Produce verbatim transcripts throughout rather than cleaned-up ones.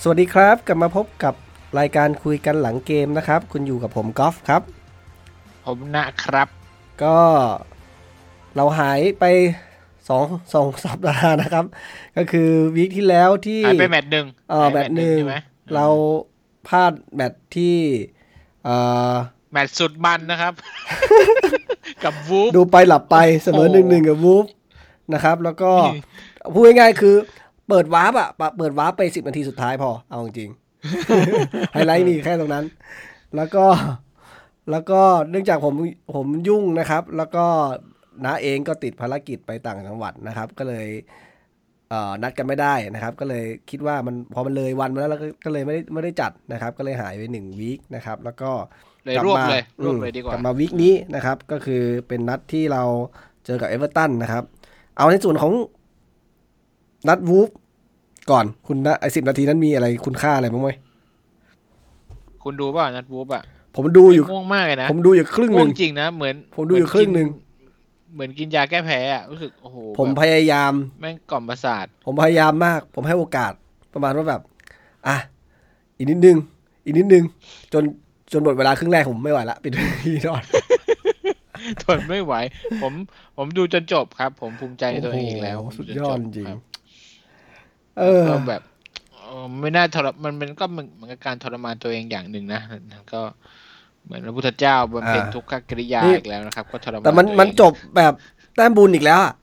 สวัสดีครับกลับมาพบกับรายการคุยกันหลังเกมนะครับคุณอยู่กับผมกอล์ฟครับผมนะครับก็เราหายไปสอง สองสัปดาห์นะครับก็คือวีคที่แล้วที่หายไปแมตช์นึงเออแมตช์นึงเราพลาดแมตช์ที่เอ่อแมตช์สุดมันนะครับ กับวูฟดูไปหลับไปเสมอ หนึ่งหนึ่ง กับวูฟนะครับแล้วก็พูดง่ายๆคือเปิดวาร์ปอ่ะเปิดวาร์ปไปสิบนาทีสุดท้ายพอเอาจริงๆไฮไลท์มีแค่ตรงนั้นแล้วก็แล้วก็เนื่องจากผมผมยุ่งนะครับแล้วก็น้าเองก็ติดภารกิจไปต่างจังหวัดนะครับก็เลยเอ่อนัดกันไม่ได้นะครับก็เลยคิดว่ามันพอมันเลยวันมาแล้วก็เลยไม่ได้ไม่ได้จัดนะครับก็เลยหายไปหนึ่งวีคนะครับแล้วก็เลยรวบเลยรวบเลยดีกว่ากลับมาวีคนี้นะครับก็คือเป็นนัดที่เราเจอกับเอเวอร์ตันนะครับเอาในส่วนของนัดวูฟก่อนคุณนะไอ้สิบนาทีนั้นมีอะไรคุณค่าอะไรบ้างไหมคุณดูป่ะนัดวูฟอ่ะผมดูอยู่ง่วงมากเลยนะผมดูอยู่ครึ่งนึงจริงนะเหมือนผมดูอยู่ครึ่งนึงเหมือนกินยาแก้แพ้อ่ะรู้สึกโอ้โหผมพยายามแม่งกล่อมประสาทผมพยายามมากผมให้โอกาสประมาณว่าแบบอ่ะอีกนิดนึงอีกนิดนึงจนจนหมดเวลาครึ่งแรกผมไม่ไหวละปิดทีนอนทนไม่ไหวผมผมดูจนจบครับผมภูมิใจในตัวเองอีกแล้วสุดยอดจริงเออแบบไม่น่าทรมันเป็นก็เหมือนกับการทรมานตัวเองอย่างหนึ่งนะก็เหมือนพระพุทธเจ้าบำเพ็ญทุกขกิริยาอีกแล้วนะครับก็ทรมานแต่มันมันจบแบบแต้มบุญอีกแล้วอ่ะ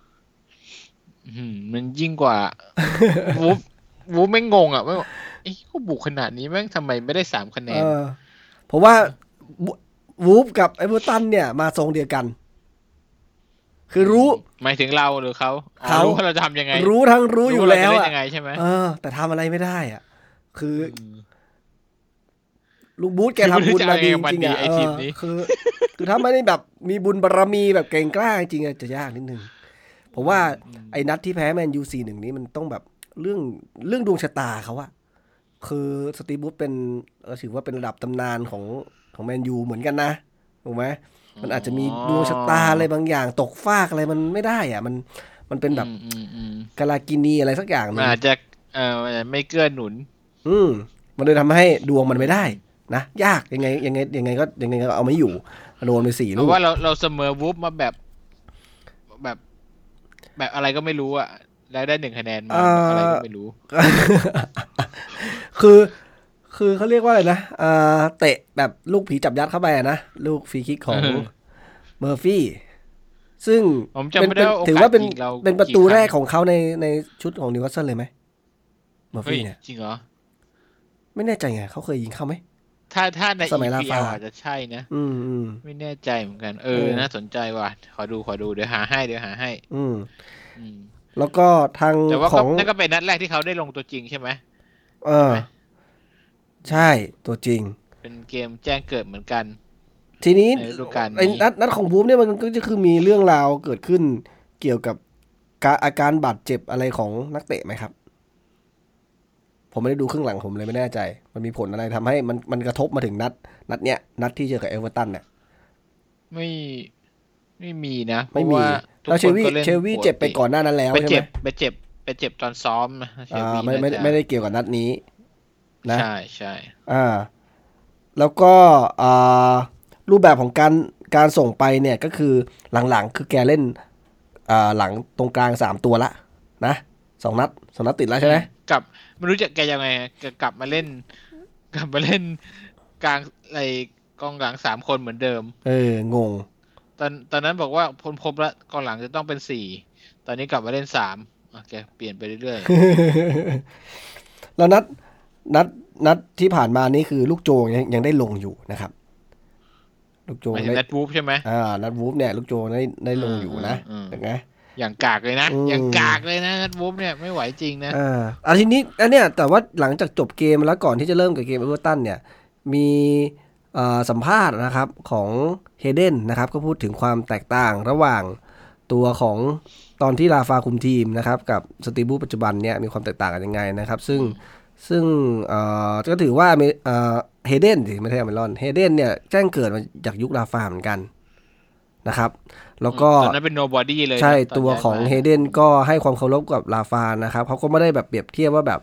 มันยิ่งกว่าวูฟวูฟไม่งงอ่ะว่าไอ้เขาบุกขนาดนี้แม่งทำไมไม่ได้สามคะแนนเพราะว่าวูฟกับไอ้เวอร์ตันเนี่ยมาทรงเดียวกันคือรู้หมายถึงเราหรือเขาเขารู้ว่าเราจะทำยังไงรู้ทั้งรู้อยู่แล้วอ่ะใช่ไหมเออแต่ทำอะไรไม่ได้อ่ะคือลุงบูธแกทำบุญมาดีจริงอ่ะคือคือถ้าไม่ได้แบบมีบุญบารมีแบบเก่งกล้าจริงจะยากนิดนึงผมว่าไอ้นัดที่แพ้แมนยู สี่หนึ่ง นี้มันต้องแบบเรื่องเรื่องดวงชะตาเขาอะคือสตีฟบูธเป็นถือว่าเป็นระดับตำนานของของแมนยูเหมือนกันนะถูกไหมมันอาจจะมีดวงชะตาอะไรบางอย่างตกฟากอะไรมันไม่ได้อะมันมันเป็นแบบกาลากินีอะไรสักอย่างมันอาจจะเอ่อไม่เกื้อหนุนอืมมันเลยทำให้ดวงมันไม่ได้นะยากยังไงยังไงยังไงก็ยังไงก็เอาไม่อยู่โดนไปสี่ลูกเพราะว่าเราเราเสมอวูฟมาแบบแบบแบบอะไรก็ไม่รู้อะแล้วได้หนึ่งคะแนนมาอะไรก็ไม่รู้คือคือเขาเรียกว่าอะไรนะอ่าเตะแบบลูกผีจับยัดเข้าไปนะลูกฟรีคิกของเมอร์ฟี่ซึ่งเป็นถือว่าเป็นเป็นประตูแรกของเขาในในชุดของนิวคาสเซิลเลยไหมเมอร์ฟี่เนี่ยจริงเหรอไม่แน่ใจไงเขาเคยยิงเข้าไหมถ้าถ้าในสมัยลาฟาอาจจะใช่นะอืมอืมไม่แน่ใจเหมือนกันเออน่าสนใจว่ะขอดูขอดูเดี๋ยวหาให้เดี๋ยวหาให้อืมอืมแล้วก็ทางของนั่นก็เป็นนัดแรกที่เขาได้ลงตัวจริงใช่ไหมเออใช่ตัวจริงเป็นเกมแจ้งเกิดเหมือนกันทีนี้ไอ้นัดนัดของบูมเนี่ยมันก็จะคือมีเรื่องราวเกิดขึ้นเกี่ยวกับอาการบาดเจ็บอะไรของนักเตะไหมครับผมไม่ได้ดูครึ่งหลังผมเลยไม่แน่ใจมันมีผลอะไรทำให้มันมันกระทบมาถึงนัดนัดเนี้ยนัดที่เจอกับเอเวอร์ตันเนี่ยไม่ไม่มีนะไม่มีแล้วเชลวีเชลวีเจ็บไปก่อนหน้านั้นแล้วใช่ไหมไปเจ็บไปเจ็บตอนซ้อมนะเชลวีไม่ไม่ไม่ได้เกี่ยวกับนัดนี้นะใช่ใช่อ่าแล้วก็อ่ารูปแบบของการการส่งไปเนี่ยก็คือหลังๆคือแกเล่นอ่าหลังตรงกลางสามตัวละนะสองนัดสองนัดติดแล้วใช่ไหมกับไม่รู้จะแกยังไงกลับมาเล่นกลับมาเล่นกลางอะไรกองหลังสามคนเหมือนเดิมเอองงตอนตอนนั้นบอกว่าพ้นพบแล้วกองหลังจะต้องเป็นสี่ตอนนี้กลับมาเล่นสามโอเคเปลี่ยนไปเรื่อยๆแล้วนัดนัดนัดที่ผ่านมานี่คือลูกโจยังยังได้ลงอยู่นะครับลูกโจได้นัดวูฟใช่ไหมอ่านัดวูฟเนี่ยลูกโจได้ได้ลงอยู่นะถูกไหมอย่างกากเลยนะอย่างกากเลยนะนัดวูฟเนี่ยไม่ไหวจริงนะอ่าอาทีนี้อันเนี้ยแต่ว่าหลังจากจบเกมแล้วก่อนที่จะเริ่มกับเกมเอเวอร์ตันเนี่ยมีสัมภาษณ์นะครับของเฮเดนนะครับก็พูดถึงความแตกต่างระหว่างตัวของตอนที่ลาฟาคุมทีมนะครับกับสตีบูปัจจุบันเนี่ยมีความแตกต่างกันยังไงนะครับซึ่งซึ่งก็ถือว่าเฮเดนสิไม่ใช่อเมรอนเฮเดนเนี่ยแจ้งเกิดมาจากยุคลาฟาเหมือนกันนะครับแล้วก็ตอนนั้นเป็น nobody เลยใช่ตัวของเฮเดนก็ให้ความเคารพกับลาฟานะครับเขาก็ไม่ได้แบบเปรียบเทียบว่าแบบ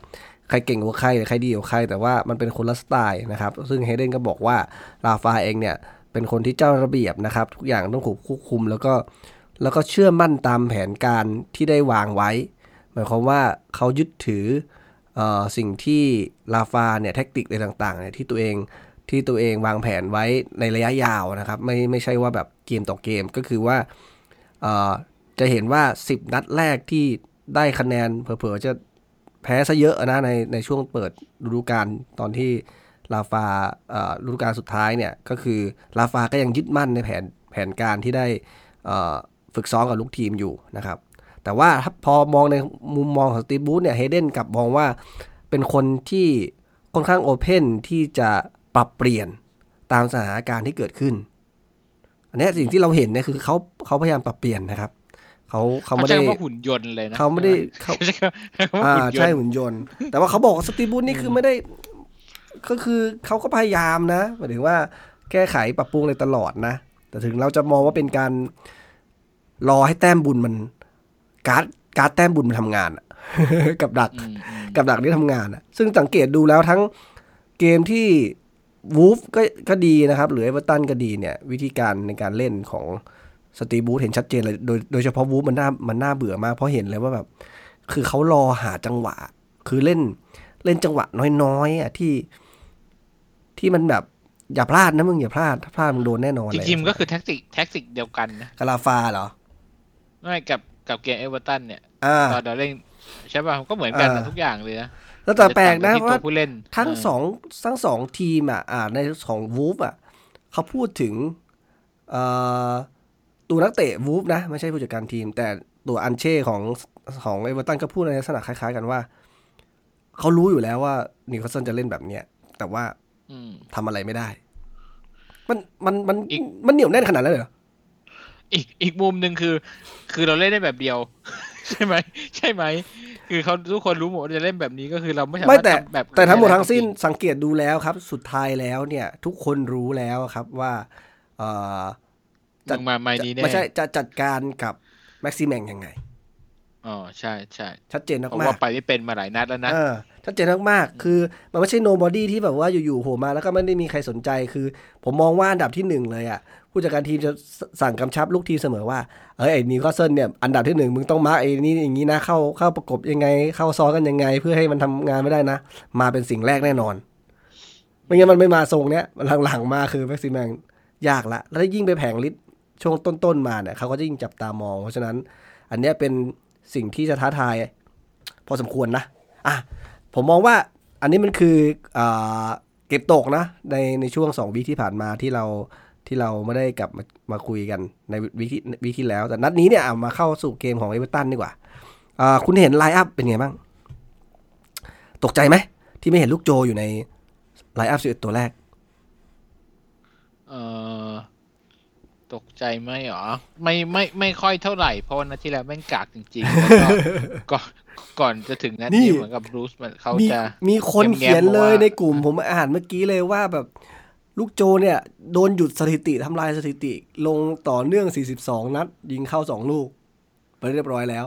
ใครเก่งกว่าใครหรือใครดีกว่าใครแต่ว่ามันเป็นคนละสไตล์นะครับซึ่งเฮเดนก็บอกว่าลาฟาเองเนี่ยเป็นคนที่เจ้าระเบียบนะครับทุกอย่างต้องถูกควบคุมแล้วก็แล้วก็เชื่อมั่นตามแผนการที่ได้วางไว้หมายความว่าเขายึดถือเอ่อสิ่งที่ลาฟาเนี่ยแทคติกอะไรต่างๆเนี่ยที่ตัวเองที่ตัวเองวางแผนไว้ในระยะยาวนะครับไม่ไม่ใช่ว่าแบบเกมต่อเกมก็คือว่าเอ่อจะเห็นว่าสิบนัดแรกที่ได้คะแนนเผลอๆจะแพ้ซะเยอะนะในในช่วงเปิดฤดูกาลตอนที่ลาฟาเอ่อฤดูกาลสุดท้ายเนี่ยก็คือลาฟาก็ยังยึดมั่นในแผนแผนการที่ได้เอ่อฝึกซ้อมกับลูกทีมอยู่นะครับแต่ว่าพอมองในมุมมองของสตีฟบูธเนี่ยเฮเดนกลับมองว่าเป็นคนที่ค่อนข้างโอเพนที่จะปรับเปลี่ยนตามสถานการณ์ที่เกิดขึ้นอันนี้สิ่งที่เราเห็นเนี่ยคือเขาเขาพยายามปรับเปลี่ยนนะครับเขาเขาไม่ได้ว่าหุ่นยนต์เลยนะเขาไม่ได้เขาอ่าใช่หุ่นยนต์แต่ว่าเขาบอกสตีฟบูธนี่คือไม่ได้ก็คือเขาก็พยายามนะหมายถึงว่าแก้ไขปรับปรุงเลยตลอดนะแต่ถึงเราจะมองว่าเป็นการรอให้แต้มบุญมันการ์ดการ์ดแต้มบุญมันทำงาน กับดักกับดักที่ทำงานซึ่งสังเกตดูแล้วทั้งเกมที่วูฟก็ก็ดีนะครับหรือเอเวอร์ตันก็ดีเนี่ยวิธีการในการเล่นของสตีบูธเห็นชัดเจนเลยโดยโดยเฉพาะวูฟมันน่ามันน่าเบื่อมากเพราะเห็นเลยว่าแบบคือเขารอหาจังหวะคือเล่นเล่นจังหวะน้อยๆอ่ะที่ที่มันแบบอย่าพลาดนะมึงอย่าพลาดถ้าพลาดมึงโดนแน่นอนเลยจริงๆก็คือแท็กติกแท็กติกเดียวกันนะกาลาฟาเหรอไม่กับกับเกมเอเวอร์ตันเนี่ยตอนเราเล่นใช่ป่ะก็เหมือนกันทุกอย่างเลยนะแล้วแต่แปลกนะเพราะทั้งสองทั้งสองทีมอ่ะอ่าในของวูฟอ่ะเขาพูดถึงเอ่อตัวนักเตะวูฟนะไม่ใช่ผู้จัดการทีมแต่ตัวอันเช่ของของเอเวอร์ตันก็พูดในลักษณะคล้ายๆกันว่าเขารู้อยู่แล้วว่านิวคาสเซิลจะเล่นแบบเนี้ยแต่ว่าทำอะไรไม่ได้มันมันมันมันเหนียวแน่นขนาดนั้นเลยเหรออีกอีกมุมหนึ่งคือคือเราเล่นได้แบบเดียวใช่ไหมใช่ไหมคือเขาทุกคนรู้หมดว่าจะเล่นแบบนี้ก็คือเราไม่สามารถทำแบบแต่ทั้งหมดทั้งสิ้นสังเกตดูแล้วครับสุดท้ายแล้วเนี่ยทุกคนรู้แล้วครับว่าเอ่อจัดมาไม่นี้แน่ไม่ใช่จะจัดการกับแม็กซิแมงยังไงอ๋อใช่ใช่ชัดเจนมากๆเพราะว่าไปไม่เป็นมาหลายนัดแล้วนะชัดเจนมากๆคือมันไม่ใช่ nobody ที่แบบว่าอยู่ๆโผล่มาแล้วก็ไม่ได้มีใครสนใจคือผมมองว่าอันดับที่หนึ่งเลยอ่ะผู้จัดการทีมจะสั่งกำชับลูกทีมเสมอว่าเอ้ยไอ้นิวคาสเซิลเนี่ยอันดับที่หนึ่งมึงต้องมาร์กไอ้นี่อย่างนี้นะเข้าเข้าประกบยังไงเข้าซ้อนกันยังไงเพื่อให้มันทำงานไม่ได้นะมาเป็นสิ่งแรกแน่นอนไม่งั้นมันไม่มาทรงเนี้ยหลังๆมาคือแม็กซิแมงยากละแล้วยิ่งไปแผงลิสช่วงต้นๆมาเนี่ยเขาก็จะยิ่งจับตามองเพราะฉะนั้นอันนี้เป็นสิ่งที่จะท้าทายพอสมควรนะอ่ะผมมองว่าอันนี้มันคือเอ่อเก็บตกนะในในช่วงสองวีคที่ผ่านมาที่เราที่เราไม่ได้กลับมามาคุยกันในวีคที่วีคที่แล้วแต่นัดนี้เนี่ยมาเข้าสู่เกมของเอเวอร์ตันดีกว่าอ่าคุณเห็นไลน์อัพเป็นไงบ้างตกใจไหมที่ไม่เห็นลูกโจอยู่ในไลน์อัพสิบเอ็ดตัวแรกเอ่อตกใจไหมหรอไม่ไม่ไม่ค่อยเท่าไหร่เพราะว่านัดที่แล้วแม่งกากจริงๆแล้วก็ก่อนจะถึงนัดนี้เหมือนกับบรูซมันเขาจะมีคนเขียนเลยในกลุ่มผมอ่านเมื่อกี้เลยว่าแบบลูกโจเนี่ยโดนหยุดสถิติทำลายสถิติลงต่อเนื่องสี่สิบสองนัดยิงเข้าสองลูกไปเรียบร้อยแล้ว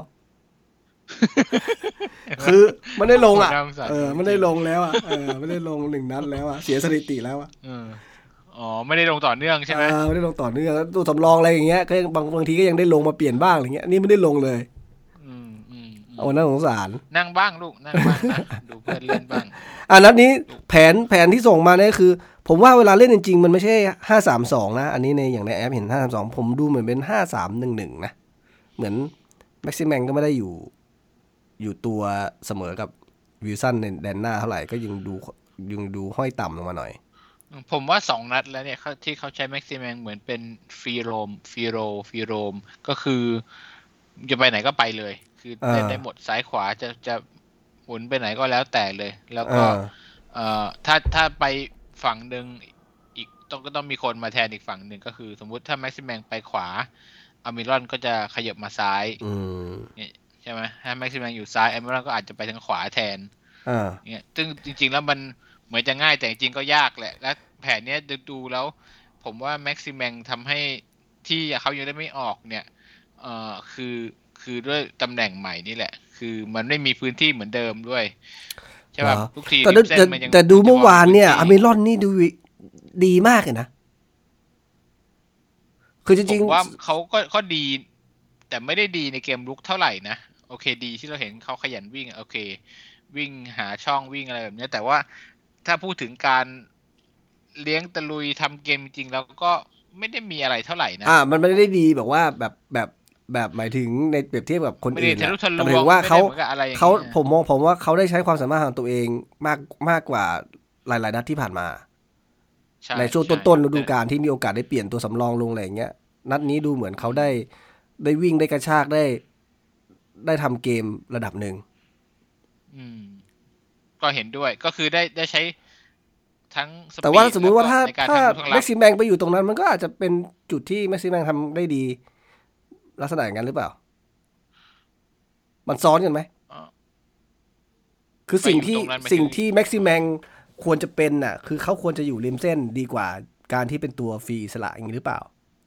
คือมันได้ลงอ่ะเออมันได้ลงแล้วอ่ะเออไม่ได้ลงหนึ่งนัดแล้วอ่ะเสียสถิติแล้วอ่ะอ๋อไม่ได้ลงต่อเนื่องใช่ไหมไม่ได้ลงต่อเนื่องตัวสำรองอะไรอย่างเงี้ยก็บางบางทีก็ยังได้ลงมาเปลี่ยนบ้างอะไรเงี้ยนี่ไม่ได้ลงเลยโอ้น่าสงสารนั่งบ้างลูกนั่งบ้างนะดูเพื่อนเล่นบ้างอ่ะนัดนี้แผนแผนที่ส่งมาเนี่ยคือผมว่าเวลาเล่นจริงๆมันไม่ใช่ห้าสามสองนะอันนี้ในอย่างในแอปเห็นห้าสามสองผมดูเหมือนเป็นห้าสามหนึ่งหนึ่งนะเหมือนแม็กซิแมงก็ไม่ได้อยู่อยู่ตัวเสมอกับวิลสันในแดนหน้าเท่าไหร่ก็ยังดูยังดูห้อยต่ำลงมาหน่อยผมว่าสองนัดแล้วเนี่ยที่เขาใช้แม็กซิแมงเหมือนเป็นฟรีโรมฟรีโรฟรีโรมก็คือจะไปไหนก็ไปเลยคือเล่นได้หมดซ้ายขวาจะจะหมุนไปไหนก็แล้วแต่เลยแล้วก็เอ่อถ้าถ้าไปฝั่งหนึ่งอีกต้องก็ต้องมีคนมาแทนอีกฝั่งหนึ่งก็คือสมมุติถ้าแม็กซิแมงไปขวาอามิรอนก็จะขยับมาซ้ายเนี่ยใช่ไหมถ้าแม็กซิแมงอยู่ซ้ายอามิรอนก็อาจจะไปทางขวาแทนเนี่ยซึ่งจริงๆแล้วมันเหมือนจะง่ายแต่จริงๆก็ยากแหละและแผนนี้ดูแล้วผมว่าแม็กซิแมงทำให้ที่เขายังได้ไม่ออกเนี่ยเอ่อคือคือด้วยตำแหน่งใหม่นี่แหละคือมันไม่มีพื้นที่เหมือนเดิมด้วยใช่ป่ะทุกทีแต่แต่แต่ดูเมื่อวานเนี่ยอเมรอนนี่ดูดีมากเลยนะคือจริงๆผมว่าเขาก็ก็ดีแต่ไม่ได้ดีในเกมลุกเท่าไหร่นะโอเคดีที่เราเห็นเขาขยันวิ่งโอเควิ่งหาช่องวิ่งอะไรแบบนี้แต่ว่าถ้าพูดถึงการเลี้ยงตะลุยทำเกมจริงๆแล้วก็ไม่ได้มีอะไรเท่าไหร่นะอ่ามันไม่ได้ดีแบบว่าแบบแบบแบบหมายถึงในเปรียบเทียบกับคนอื่นนะแต่หมายถึงว่าเขาเขาผมมองผมว่าเขาได้ใช้ความสามารถของตัวเองมากมากกว่าหลายๆนัดที่ผ่านมาในช่วงต้นๆฤดูกาลที่มีโอกาสได้เปลี่ยนตัวสำรองลงอะไรอย่างเงี้ยนัดนี้ดูเหมือนเขาได้ได้วิ่งได้กระชากได้ได้ทำเกมระดับหนึ่งอืมก็เห็นด้วยก็คือได้ได้ใช้ทั้งแต่ว่าสมมุติว่าถ้าถ้าแม็กซิแมงไปอยู่ตรงนั้นมันก็อาจจะเป็นจุดที่แม็กซิแมงทำได้ดีลักษณะอย่างนั้นหรือเปล่ามันซ้อนกันไหมคือสิ่งที่สิ่งที่แม็กซิแมงควรจะเป็นน่ะคือเขาควรจะอยู่ริมเส้นดีกว่าการที่เป็นตัวฟรีอิสระอย่างนี้หรือเปล่า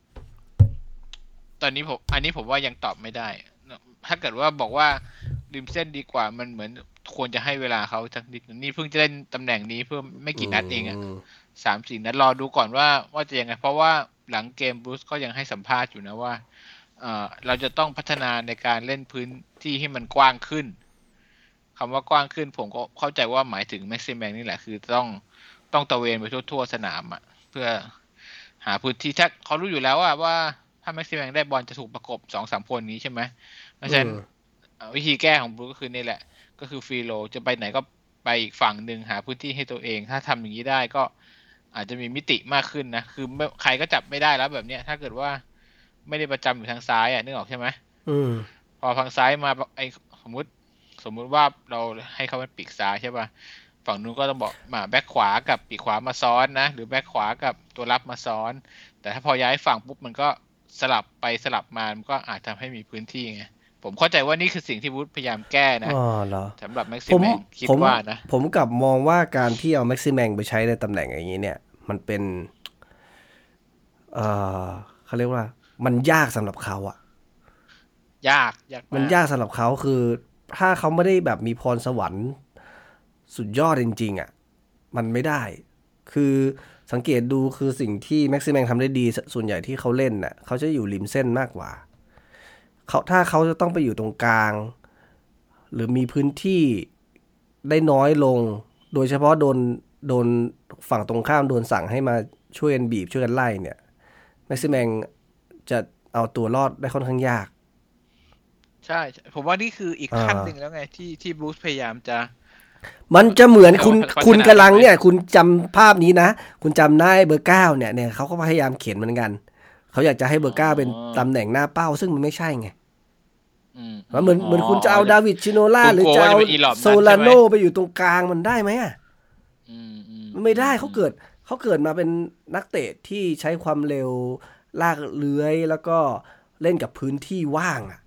ตอนนี้ผมอันนี้ผมว่ายังตอบไม่ได้ถ้าเกิดว่าบอกว่าริมเส้นดีกว่ามันเหมือนควรจะให้เวลาเขาสักนิดนี่เพิ่งจะเล่นตำแหน่งนี้เพิ่มไม่กี่นัดเองอ่ะสามสี่นัดรอดูก่อนว่าว่าจะยังไงเพราะว่าหลังเกมบรูซก็ยังให้สัมภาษณ์อยู่นะว่าเออเราจะต้องพัฒนาในการเล่นพื้นที่ให้มันกว้างขึ้นคำว่ากว้างขึ้นผมก็เข้าใจว่าหมายถึงแม็กซิแมงนี่แหละคือต้องต้องตะเวนไปทั่วๆสนามอ่ะเพื่อหาพื้นที่ถ้าเขารู้อยู่แล้วว่าว่าถ้าแม็กซิแมงได้บอลจะถูกประกบสองสามคนนี้ใช่ไหมเพราะฉะนั้นวิธีแก้ของบรูซก็คือนี่แหละก็คือฟรีโรจะไปไหนก็ไปอีกฝั่งหนึ่งหาพื้นที่ให้ตัวเองถ้าทำอย่างนี้ได้ก็อาจจะมีมิติมากขึ้นนะคือใครก็จับไม่ได้แล้วแบบเนี้ยถ้าเกิดว่าไม่ได้ประจำอยู่ทางซ้ายอ่ะนึกออกใช่ไหมพอทางซ้ายมาไอสมมุติสมมุติว่าเราให้เขาเป็นปีกซ้ายใช่ป่ะฝั่งนู้นก็ต้องบอกมาแบ็คขวากับปีกขวามาซ้อนนะหรือแบ็คขวากับตัวรับมาซ้อนแต่ถ้าพอย้ายฝั่งปุ๊บมันก็สลับไปสลับมามันก็อาจทำให้มีพื้นที่ไงผมเข้าใจว่านี่คือสิ่งที่วูดพยายามแก้นะสำหรับแม็กซิแมงคิดว่านะผมกลับมองว่าการที่เอาแม็กซิแมงไปใช้ในตำแหน่งอย่างนี้เนี่ยมันเป็นเอ่อเขาเรียกว่ามันยากสำหรับเขาอะยากยากมันยากสำหรับเขาคือถ้าเขาไม่ได้แบบมีพรสวรรค์สุดยอดจริงๆอะมันไม่ได้คือสังเกตดูคือสิ่งที่แม็กซิแมงทำได้ดีส่วนใหญ่ที่เขาเล่นน่ะเขาจะอยู่ริมเส้นมากกว่าเขาถ้าเขาจะต้องไปอยู่ตรงกลางหรือมีพื้นที่ได้น้อยลงโดยเฉพาะโดนโดนฝั่งตรงข้ามโดนสั่งให้มาช่วยกันบีบช่วยกันไล่เนี่ยแม็กซิแมงจะเอาตัวรอดได้ค่อนข้างยากใช่ผมว่านี่คืออีกขั้นหนึ่งแล้วไงที่ที่บรูซพยายามจะมันจะเหมือนคุณคุณกำลังเนี่ยคุณจำภาพนี้นะคุณจำได้เบอร์เก้าเนี่ยเนี่ยเขาก็พยายามเขียนเหมือนกันเขาอยากจะให้เบอร์เก้าเป็นตำแหน่งหน้าเป้าซึ่งมันไม่ใช่ไงเหมือนเหมือนคุณจะเอาดาวิดชิโนล่าหรือจะเอาโซลาโนไปอยู่ตรงกลางมันได้ไหมอ่ะมันไม่ได้เขาเกิดเขาเกิดมาเป็นนักเตะที่ใช้ความเร็วลากเลื้อยแล้วก็เล่นกับพื้นที่ว่างอ่ะ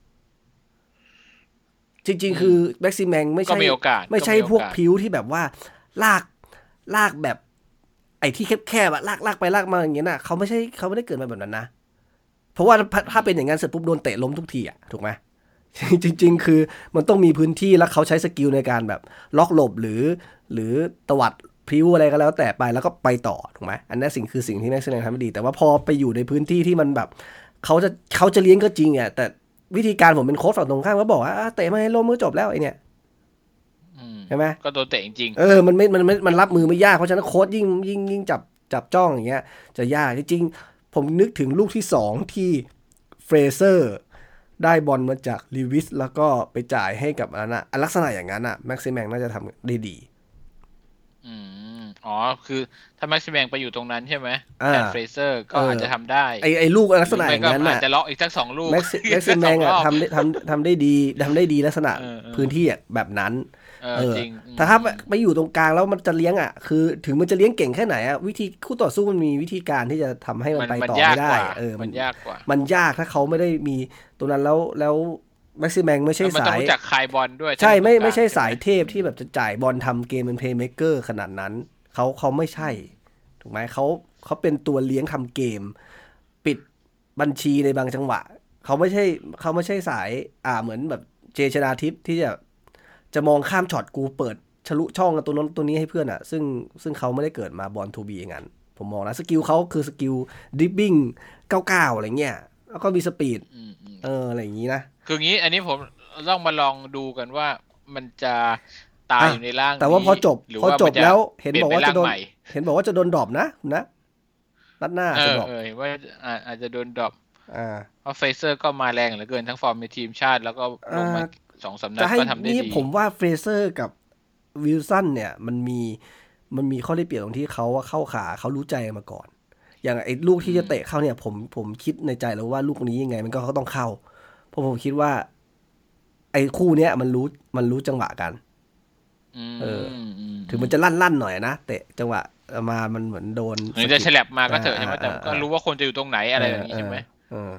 จริงๆคือแม็กซิแมงไม่ใช่ไม่ใช่พวกผิวที่แบบว่าลากลากแบบไอ้ที่แคบๆอะลากลากไปลากมาอย่างเงี้ยน่ะเขาไม่ใช่เขาไม่ได้เกิดมาแบบนั้นนะเพราะว่าถ้าเป็นอย่างนั้นเสร็จปุ๊บโดนเตะล้มทุกทีอะถูกไหมจริงๆคือมันต้องมีพื้นที่แล้วเขาใช้สกิลในการแบบล็อกหลบหรือหรือตวัดพลิ้วอะไรก็แล้วแต่ไปแล้วก็ไปต่อถูกไหมอันนี้สิ่งคือสิ่งที่แม็กซิแมงทำได้ดีแต่ว่าพอไปอยู่ในพื้นที่ที่มันแบบเขาจะเขาจะเลี้ยงก็จริงอ่ะแต่วิธีการผมเป็นโค้ชฝั่งตรงข้ามก็บอกว่าเตะมาให้ล้มก็จบแล้วไอเนี่ยใช่ไหมก็โดนเตะจริงเออมันไม่มันมันรับมือไม่ยากเพราะฉะนั้นโค้ชยิ่งยิ่งยิ่งจับจับจ้องอย่างเงี้ยจะยากจริงๆผมนึกถึงลูกที่สองที่เฟรเซอร์ได้บอลมาจากลีวิสแล้วก็ไปจ่ายให้กับอันน่ะลักษณะอย่างนั้นอ่ะแม็กซิแมงน่าจะทำได้ดีอืมอ๋อคือถ้าแม็กซิแมงไปอยู่ตรงนั้นใช่ไหมแทนเฟรเซอร์ก็อาจจะทำได้ไอไอลูกลักษณะอย่างนั้นน่ะอาจจะล็อกอีกสักสองลูกแม็กซิแมงอ่ะทำได้ทำทำได้ดีทำได้ดีลักษณะพื้นที่แบบนั้นเออจริงแต่ถ้าไปอยู่ตรงกลางแล้วมันจะเลี้ยงอ่ะคือถึงมันจะเลี้ยงเก่งแค่ไหนอ่ะวิธีคู่ต่อสู้มันมีวิธีการที่จะทำให้มันไปต่อไม่ได้เออมันยากกว่ามันยากถ้าเขาไม่ได้มีตรงนั้นแล้วแล้วแม็กซิแมงไม่ใช่สายมันต้องรู้จักคายบอลด้วยใช่ไม่ไม่ใช่สายเทพที่แบบจะจ่ายบอลทำเกมเป็นเพลย์เมคเกอร์ขนาดนั้นเขาเขาไม่ใช่ถูกไหมเขาเขาเป็นตัวเลี้ยงทำเกมปิดบัญชีในบางจังหวะเขาไม่ใช่เขาไม่ใช่สายอ่าเหมือนแบบเจชนาทิพย์ที่จะจะมองข้ามช็อตกูเปิดฉลุช่องตัวนั้นตัวนี้ให้เพื่อนอ่ะซึ่งซึ่งเขาไม่ได้เกิดมาบอลทูบีอย่างนั้นผมมองนะสกิลเขาคือสกิลดริบบิ้งเก้าเก้าอะไรเงี้ยแล้วก็มีสปีดเอออะไรอย่างนี้นะคืองี้อันนี้ผมต้องมาลองดูกันว่ามันจะตายอยู่ในร่างแต่ว่าพอจบพอจบแล้วเห็นบอกว่าจะโดนเห็นบอกว่าจะโดนดรอปนะนะนัดหน้าจะดรอปเออว่าอาจจะโดนดรอปเพราะเฟเซอร์ก็มาแรงเหลือเกินทั้งฟอร์มในทีมชาติแล้วก็ลงมาสองสามนัดก็ทำได้ดีผมว่าเฟเซอร์กับวิลสันเนี่ยมันมีมันมีข้อได้เปรียบตรงที่เขาว่าเข้าขาเขารู้ใจมาก่อนอย่างไอ้ลูกที่จะเตะเข้าเนี่ยผมผมคิดในใจแล้วว่าลูกนี้ยังไงมันก็เขาต้องเข้าเพราะผมคิดว่าไอ้คู่เนี้ยมันรู้มันรู้จังหวะกันเออถึงมันจะลั่นๆหน่อยนะเตะจังหวะมามันเหมือนโดนหรือจะฉลับมาก็เถอะใช่ไหมแต่ก็รู้ว่าคนจะอยู่ตรงไหนอะไรอย่างนี้ใช่ไหม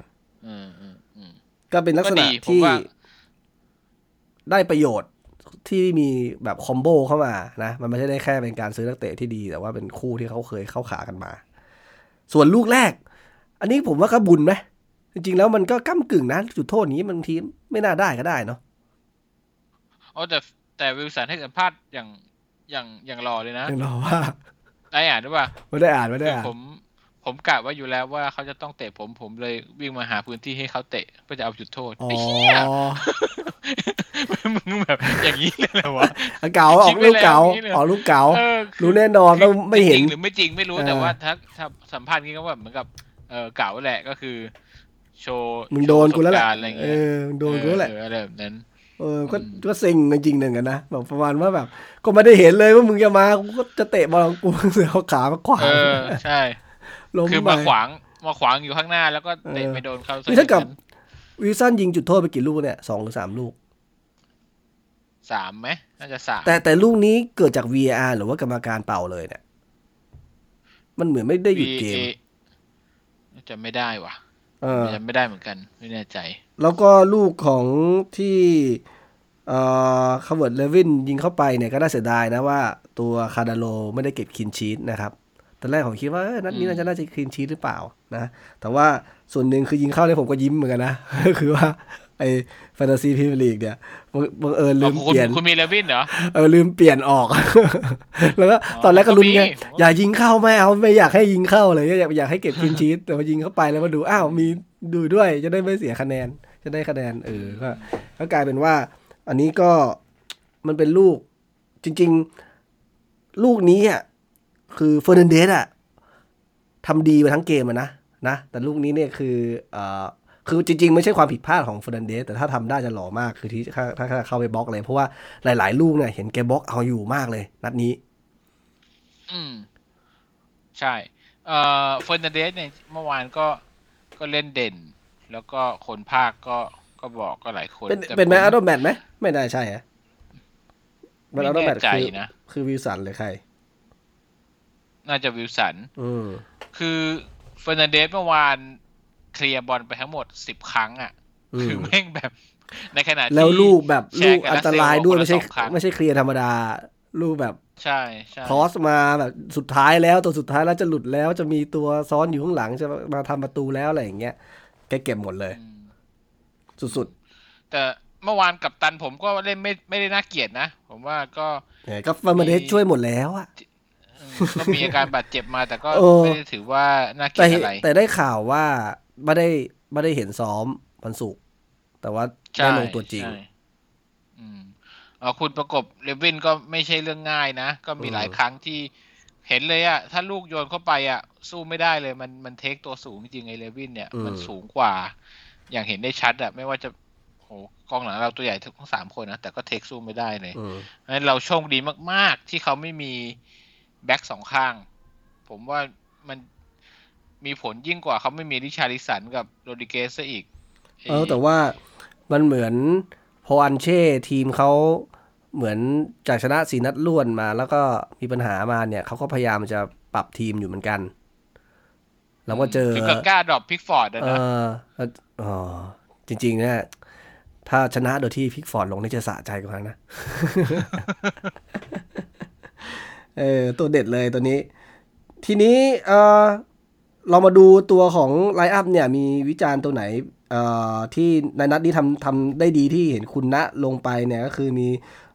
ก็เป็นลักษณะที่ได้ประโยชน์ที่มีแบบคอมโบเข้ามานะมันไม่ใช่ได้แค่เป็นการซื้อนักเตะที่ดีแต่ว่าเป็นคู่ที่เขาเคยเข้าขากันมาส่วนลูกแรกอันนี้ผมว่าก็บุญไหมจริงๆแล้วมันก็ก้ำกึ่งนะจุดโทษนี้บางทีไม่น่าได้ก็ได้เนาะอ๋อแต่แต่วิลสันให้สัมภาษณ์อย่างอย่างอย่างรอเลยนะอย่างรอว่าได้อ่านหรือเปล่าไม่ได้อ่านไม่ได้อ่านผมผมกะว่าอยู่แล้วว่าเขาจะต้องเตะผมผมเลยวิ่งมาหาพื้นที่ให้เขาเตะเพื่อจะเอาจุดโทษไอ้เหี้ยมึงแบบอย่างนี้เลยเหรอวะเก่าออกลูกเก่าออกลูกเก่ารู้แน่นอนว่าไม่เห็นหรือไม่จริงไม่รู้แต่ว่าถ้าถ้าสัมภาษณ์นี้ก็แบบเหมือนกับเออเก่าแหละก็คือโชว์มึงโดนกูแล้วแหละเออโดนกูแล้วแหละอะไรแบบนั้นเออก็ก็เซ็งจริงๆหนึ่งกันนะแบบประมาณว่าแบบก็ไม่ได้เห็นเลยว่ามึงจะมากูก็จะเตะบอลกูเสือเอาขามาขวางเออใช่คือมาขวางมาขวางอยู่ข้างหน้าแล้วก็เตะไปโดนเขาคือถ้ากับวิลสันยิงจุดโทษไปกี่ลูกเนี่ยสองหรือสามลูกสามไหมน่าจะสามแต่แต่ลูกนี้เกิดจาก วี เอ อาร์ หรือว่ากรรมการเป่าเลยเนี่ยมันเหมือนไม่ได้หยุดเกมจะไม่ได้ว่ะจะไม่ได้เหมือนกันไม่แน่ใจแล้วก็ลูกของที่เอ่อคาร์เวิร์ดเลวินยิงเข้าไปเนี่ยก็น่าเสียดายนะว่าตัวคาร์ดาโลไม่ได้เก็บคลีนชีทนะครับตอนแรกผมคิดว่านัดนี้น่าจะน่าจะคลีนชีทหรือเปล่านะแต่ว่าส่วนหนึ่งคือยิงเข้าเนี่ยผมก็ยิ้มเหมือนกันนะคือว่าไอ้แฟนตาซีพรีเมียร์ลีกเนี่ยบังเอิญลืมเปลี่ยนคุณมีเลวินเหรอเออลืมเปลี่ยนออกแล้วก็ตอนแรกก็ลุ้นไงอย่ายิงเข้าไม่เอาไม่อยากให้ยิงเข้าเลยอยากอยากให้เก็บคลีนชีทแต่พอยิงเข้าไปแล้วมาดูอ้าวมีดูด้วยจะได้ไม่เสียคะแนนจะได้คะแนนเออก็ก็กลายเป็นว่าอันนี้ก็มันเป็นลูกจริงๆลูกนี้อ่ะคือเฟอร์นันเดสอ่ะทำดีมาทั้งเกมนะนะแต่ลูกนี้เนี่ยคือเอ่อคือจริงๆไม่ใช่ความผิดพลาดของเฟอร์นันเดสแต่ถ้าทำได้จะหล่อมากคือที่ถ้าถ้าเข้าไปบล็อกเลยเพราะว่าหลายๆลูกเนี่ยเห็นแกบล็อกเอาอยู่มากเลยนัดนี้อืมใช่เอ่อเฟอร์นันเดสเนี่ยเมื่อวานก็ก็เล่นเด่นแล้วก็คนภาคก็ก็บอกก็หลายคนเป็นเป็นแมตช์อัลโดแมตช์ไหมไม่ได้ใช่ฮะแมตช์อัลโดแมตช์คือคือวิลสันหรือใครน่าจะวิลสันคือเฟอร์นันเดสเมื่อวานเคลียร์บอลไปทั้งหมดสิบครั้งอ่ะคือแม่งแบบในขณะที่แล้วลูกแบบลูกอันตรายด้วยไม่ใช่ไม่ใช่เคลียร์ธรรมดาลูกแบบใช่ใช่ครอสมาแบบสุดท้ายแล้วตัวสุดท้ายแล้วจะหลุดแล้วจะมีตัวซ้อนอยู่ข้างหลังจะมาทำประตูแล้วอะไรอย่างเงี้ยแกเก็บหมดเลยสุดๆแต่เมื่อวานกับตันผมก็เล่นไม่ไม่ได้น่าเกลียดนะผมว่าก็ก็ฟาร์มาเดสช่วยหมดแล้วอะก็มีอาการบาดเจ็บมาแต่ก็ไม่ได้ถือว่าน่าเกลียดอะไรแต่ได้ข่าวว่าไม่ได้ไม่ได้เห็นซ้อมวันศุกร์แต่ว่าได้ลงตัวจริงอืมอ๋อคุณประกบเลวินก็ไม่ใช่เรื่องง่ายนะก็มีหลายครั้งที่เห็นเลยอะถ้าลูกโยนเข้าไปอะสู้ไม่ได้เลยมันมันเทคตัวสูงจริงไอ้เลวินเนี่ยมันสูงกว่าอย่างเห็นได้ชัดอะไม่ว่าจะโหกองหลังเราตัวใหญ่ทั้งสามคนนะแต่ก็เทคสู้ไม่ได้เลยงั้นเราโชคดีมากๆที่เขาไม่มีแบ็คสองข้างผมว่ามันมีผลยิ่งกว่าเขาไม่มีริชาริสันกับโรดิเกสซะอีกเออแต่ว่ามันเหมือนพออันเช่ทีมเขาเหมือนจากชนะสี่นัดรวดมาแล้วก็มีปัญหามาเนี่ยเขาก็พยายามจะปรับทีมอยู่เหมือนกันแล้วก็เจอถึงกับกล้าดรอปพิกฟอร์ดนะเอออ๋อจริงๆเนี่ยถ้าชนะโดยที่พิกฟอร์ดลงนี่จะสะใจกว่านะเออตัวเด็ดเลยตัวนี้ทีนี้เออเรามาดูตัวของไลน์อัพเนี่ยมีวิจารณ์ตัวไหนเอ่อที่ในนัดนี้ทำทำได้ดีที่เห็นคุณณลงไปเนี่ยก็คือมี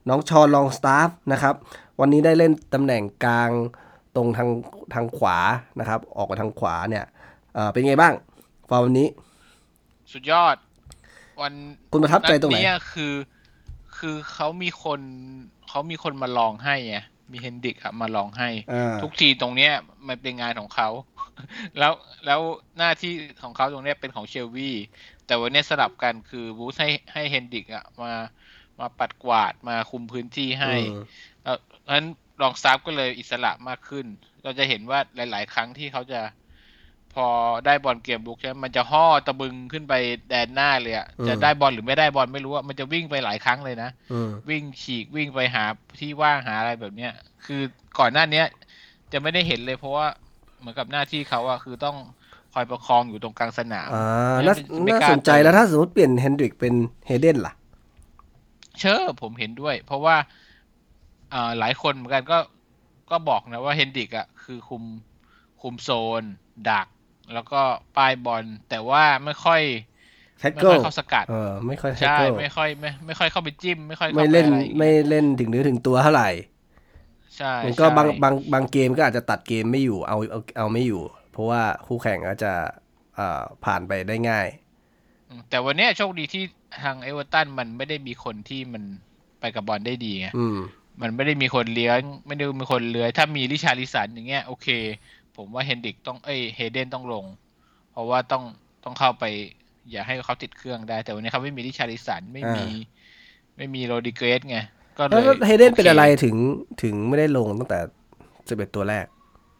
น้องชอนลองสตาฟนะครับวันนี้ได้เล่นตำแหน่งกลางตรงทางทางขวานะครับออกมาทางขวาเนี่ยเอ่อเป็นไงบ้างฟอร์มวันนี้สุดยอดวันคุณประทับใจตรงไหนนี้คือ คือเขามีคนเขามีคนมาลองให้ไงมีเฮนดิกครับมาลองให้ทุกทีตรงเนี้ยมันเป็นงานของเขาแล้วแล้วหน้าที่ของเขาตรงเนี้ยเป็นของเชลวีแต่วันนี้สลับกันคือบูธให้ให้เฮนดิกอ่ะมามาปัดกวาดมาคุมพื้นที่ให้แล้วนั้นลองซับก็เลยอิสระมากขึ้นเราจะเห็นว่าหลายๆครั้งที่เขาจะพอได้บอลเกมบุกใช่ไหมมันจะห่อตะบึงขึ้นไปแดนหน้าเลยอ่ะจะได้บอลหรือไม่ได้บอลไม่รู้อ่ะมันจะวิ่งไปหลายครั้งเลยนะวิ่งฉีกวิ่งไปหาที่ว่างหาอะไรแบบเนี้ยคือก่อนหน้านี้จะไม่ได้เห็นเลยเพราะว่าเหมือนกับหน้าที่เขาอ่ะคือต้องคอยประคองอยู่ตรงกลางสนามอ่าน่าน่าสนใจแล้วถ้าสมมติเปลี่ยนเฮนดริกเป็นเฮเดนล่ะเชื่อผมเห็นด้วยเพราะว่าอ่าหลายคนเหมือนกันก็ก็บอกนะว่าเฮนดริกอ่ะคือคุมคุมโซนดักแล้วก็ป้ายบอลแต่ว่าไม่ค่อยไม่ค่อยเข้าสกัดเออไม่ค่อยใช่ไม่ค่อยไม่ไม่ค่อยเข้าไปจิ้มไม่ค่อยไม่เล่นไม่เล่นถึงเนื้อถึงตัวเท่าไหร่ใช่มันก็บางบางบางเกมก็อาจจะตัดเกมไม่อยู่เอาเอาเอาไม่อยู่เพราะว่าคู่แข่งอาจจะอ่าผ่านไปได้ง่ายแต่วันนี้โชคดีที่ทางเอเวอร์ตันมันไม่ได้มีคนที่มันไปกับบอลได้ดีไงมันไม่ได้มีคนเลี้ยงไม่ได้มีคนเลื้อยถ้ามีริชาริสันอย่างเงี้ยโอเคผมว่าเฮนดริกต้องเอ้ยเฮเดนต้องลงเพราะว่าต้องต้องเข้าไปอย่าให้เขาติดเครื่องได้แต่วันนี้เขาไม่มีริชาริสันไม่มีไม่มีโรดิเกรสไงก็เลยเฮเดนเป็นอะไรถึงถึงไม่ได้ลงตั้งแต่สิบเอ็ดตัวแรก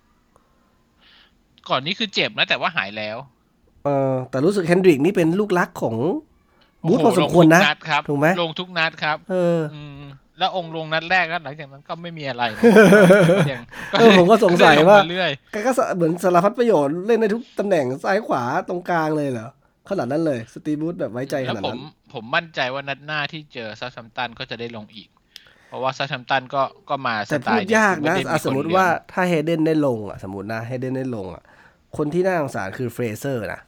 ก่อนนี้คือเจ็บนะแต่ว่าหายแล้วเออแต่รู้สึกเฮนดริกนี่เป็นลูกรักของบูธพอสมควรนะถูกไหมลงทุกนัดครับเออแล้วองค์ลงนัดแรกแล้วหลังจากนั้นก็ไม่มีอะไรเออผมก็สงสัยว่าก็เหมือนสารพัดประโยชน์เล่นในทุกตำแหน่งซ้ายขวาตรงกลางเลยเหรอขนาดนั้นเลยสตีบูธแบบไว้ใจขนาดนั้นผมผมมั่นใจว่านัดหน้าที่เจอซาทัมตันก็จะได้ลงอีกเพราะว่าซาทัมตันก็ก็มาแต่พูดยากนะสมมติว่าถ้าเฮเดนได้ลงอ่ะสมมตินะเฮเดนได้ลงอ่ะคนที่น่าสงสารคือเฟรเซอร์นะ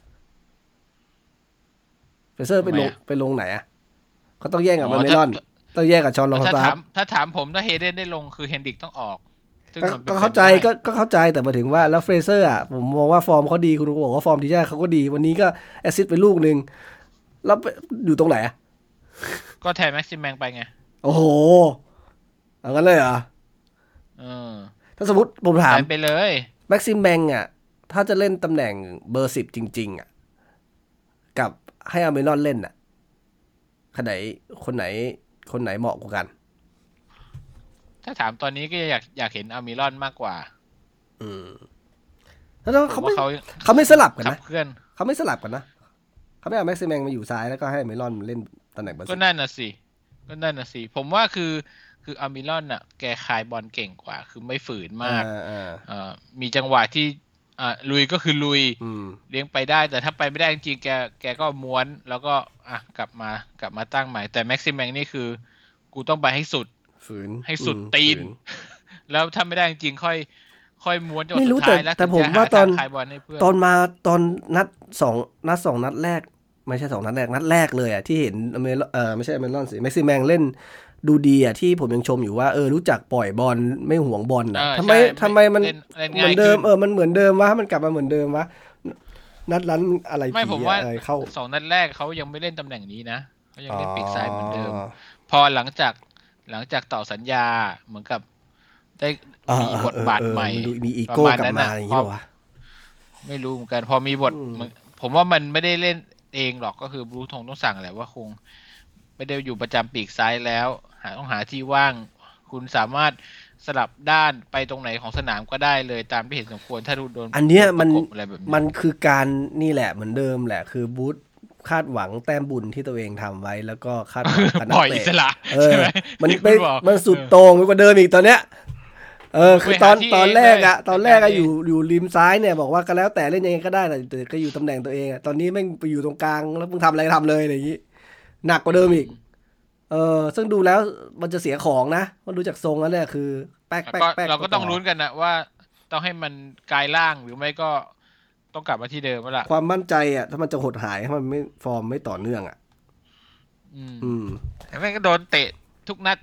เฟรเซอร์ไปลงไปลงไหนอ่ะเขาต้องแย่งกับมันไม่รอดต้องแยกกับชอนลองสตาร์ทถ้าถามผมถ้าเฮเดนได้ลงคือเฮนดริกต้องออกก็เข้าใจก็ก็เข้าใจแต่มาถึงว่าแล้วเฟรเซอร์อ่ะผมมองว่าฟอร์มเขาดีคุณบอกว่าฟอร์มทีแรกเขาก็ดีวันนี้ก็แอสซิสต์ไปลูกนึงแล้วอยู่ตรงไหนอ่ะก็แทนแม็กซิมแมงไปไงโอ้โหเอางั้นเลยเหรอเออถ้าสมมติผมถามไปเลยแม็กซิมแมงอ่ะถ้าจะเล่นตำแหน่งเบอร์สิบจริงๆอ่ะกับให้อเมรอนเล่นอ่ะคนไหนคนไหนคนไหนเหมาะกว่ากันถ้าถามตอนนี้ก็อยากอยากเห็นอามิรอนมากกว่าอืมแล้วเขาไม่เขาไม่สลับกันนะเพื่อนเขาไม่สลับกันนะเขาไม่เอาแม็กซิแมงมาอยู่ซ้ายแล้วก็ให้อามิรอนเล่นตำแหน่งเบอร์สิบก็นั่นน่ะสิก็นั่นน่ะสิผมว่าคือคืออามิรอนอ่ะแกคายบอลเก่งกว่าคือไม่ฝืนมากอ่ามีจังหวะที่อ่าลุยก็คือลุยเลี้ยงไปได้แต่ถ้าไปไม่ได้จริงๆแกแกก็ม้วนแล้วก็อ่ะกลับมากลับมาตั้งใหม่แต่แม็กซิแมงนี่คือกูต้องไปให้สุดฝืนให้สุดตีนแล้วถ้าไม่ได้จริงๆค่อยค่อยม้วนจนสุดท้ายแล้วแต่ผมว่าตอนตอนมาตอนนัดสองนัดสองนัดแรกไม่ใช่สองนัดแรกนัดแรกเลยอ่ะที่เห็นอเมรเออไม่ใช่อเมรอนสิแม็กซิแมงเล่นดูดีอ่ะที่ผมยังชมอยู่ว่าเออรู้จักปล่อยบอลไม่ห่วงบอลอ่ะทำไมทำไมมันเหมือนเดิมเออมันเหมือนเดิมวะมันกลับมาเหมือนเดิมวะนัดนั้นอะไรไม่ผมว่าเข้าสองนัดแรกเขายังไม่เล่นตำแหน่งนี้นะเขายังเล่นปีกซ้ายเหมือนเดิมพอหลังจากหลังจากต่อสัญญาเหมือนกับได้มีบทบาทใหม่มีอีโก้กลับมาอะไรอย่างเงี้ยวะไม่รู้เหมือนกันพอมีบทผมว่ามันไม่ได้เล่นเองหรอกก็คือบรูทงต้องสั่งแหละว่าคงไม่ได้อยู่ประจำปีกซ้ายแล้วหาต้องหาที่ว่างคุณสามารถสลับด้านไปตรงไหนของสนามก็ได้เลยตามที่เห็นสมควรถ้าโดนอันเนี้ยมันมันคือการนี่แหละเหมือนเดิมแหละคือบูธคาดหวังแต้มบุญที่ตัวเองทำไว้แล้วก็คาดหวังคณะเตะเออมันไปมันสุดโต่งไปกว่าเดิมอีกตอนเนี้ยเออคือตอนตอนแรกอะตอนแรกอะอยู่อยู่ริมซ้ายเนี่ยบอกว่าก็แล้วแต่เล่นยังไงก็ได้แต่ก็อยู่ตำแหน่งตัวเองอะตอนนี้แม่งไปอยู่ตรงกลางแล้วมึงทำอะไรทำเลยอะไรอย่างงี้หนักกว่าเดิมอีกเออซึ่งดูแล้วมันจะเสียของนะมันดูจากทรงแล้วเนี่ยคือแป๊กแป๊กแป๊กเราก็ต้องลุ้นกันนะว่าต้องให้มันกลายร่างหรือไม่ก็ต้องกลับมาที่เดิมแล้วล่ะความมั่นใจอ่ะถ้ามันจะหดหายถ้ามันไม่ฟอร์มไม่ต่อเนื่องอ่ะอืมอืมแต่แม่งก็โดนเตะทุกนัด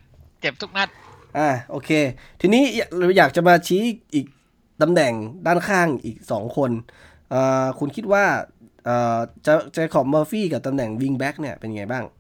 เจ็บทุกนัดอ่าโอเคทีนี้เราอยากจะมาชี้อีกตำแหน่งด้านข้างอีกสองคนเอ่อคุณคิดว่าเอ่อจะเจคอบเมอร์ฟี่กับตำแหน่งวิงแบ็กเนี่ยเป็นไงบ้าง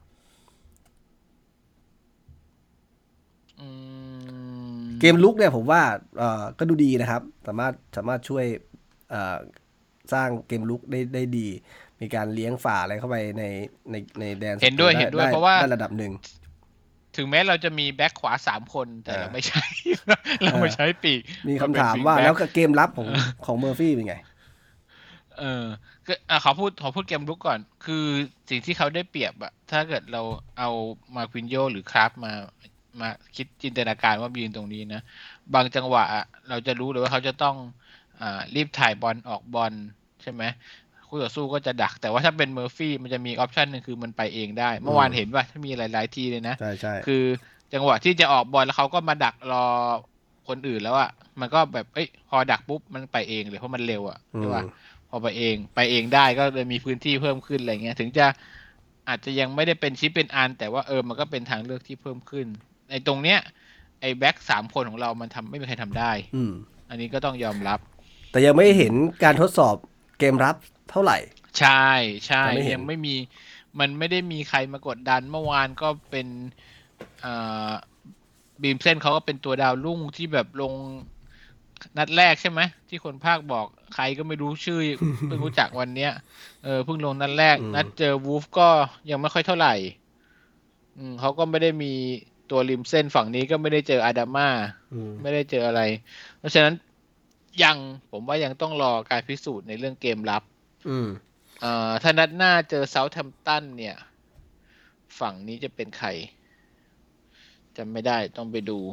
เกมลุกเนี่ยผมว่าเอ่อก็ดูดีนะครับสามารถสามารถช่วยเอ่อสร้างเกมลุกได้ได้ดีมีการเลี้ยงฝ่าอะไรเข้าไปในในในแดนเห็นด้วยเห็นด้วยเพราะว่าได้ระดับหนึ่งถึงแม้เราจะมีแบ็คขวาสามคนแต่เราไม่ใช้เราไม่ใช้ปีกมีคำถามว่าแล้วเกมรับของของเมอร์ฟี่เป็นไงเออก็อ่ะขอพูดขอพูดเกมลุกก่อนคือสิ่งที่เขาได้เปรียบอะถ้าเกิดเราเอามาควินโยหรือคราฟมามาคิดจินตนาการว่ายืนตรงนี้นะบางจังหวะเราจะรู้เลยว่าเขาจะต้องอ่ารีบถ่ายบอลออกบอลใช่ไหมคู่ต่อสู้ก็จะดักแต่ว่าถ้าเป็นเมอร์ฟี่มันจะมีออปชันนึงคือมันไปเองได้เมื่อวานเห็นว่าถ้ามีหลายๆทีเลยนะใช่ใช่คือจังหวะที่จะออกบอลแล้วเขาก็มาดักรอคนอื่นแล้วอะมันก็แบบเอ้ยพอดักปุ๊บมันไปเองเลยเพราะมันเร็วอะใช่ป่ะพอไปเองไปเองได้ก็เลยมีพื้นที่เพิ่มขึ้นอะไรเงี้ยถึงจะอาจจะยังไม่ได้เป็นชิ้นเป็นอันแต่ว่าเออมันก็เป็นทางเลือกที่เพิ่มขึ้นไอ้ตรงเนี้ยไอ้แบ็คสามคนของเรามันทำไม่มีใครทำได้อันนี้ก็ต้องยอมรับแต่ยังไม่เห็นการทดสอบเกมรับเท่าไหร่ใช่ใช่ยังไม่มีมันไม่ได้มีใครมากดดันเมื่อวานก็เป็นอ่าบีมเส้นเขาก็เป็นตัวดาวรุ่งที่แบบลงนัดแรกใช่ไหมที่คนภาคบอกใครก็ไม่รู้ชื่อเพิ่งรู้จักวันเนี้ยเออเพิ่งลงนัดแรกนัดเจอวูฟก็ยังไม่ค่อยเท่าไหร่อืมเขาก็ไม่ได้มีตัวริมเส้นฝั่งนี้ก็ไม่ได้เจออาดาม่าไม่ได้เจออะไรเพราะฉะนั้นยังผมว่ายังต้องรอการพิสูจน์ในเรื่องเกมรับอืมเอ่อถ้านัดหน้าเจอเซาท์แฮมป์ตันเนี่ยฝั่งนี้จะเป็นใครจำไม่ได้ต้องไปดู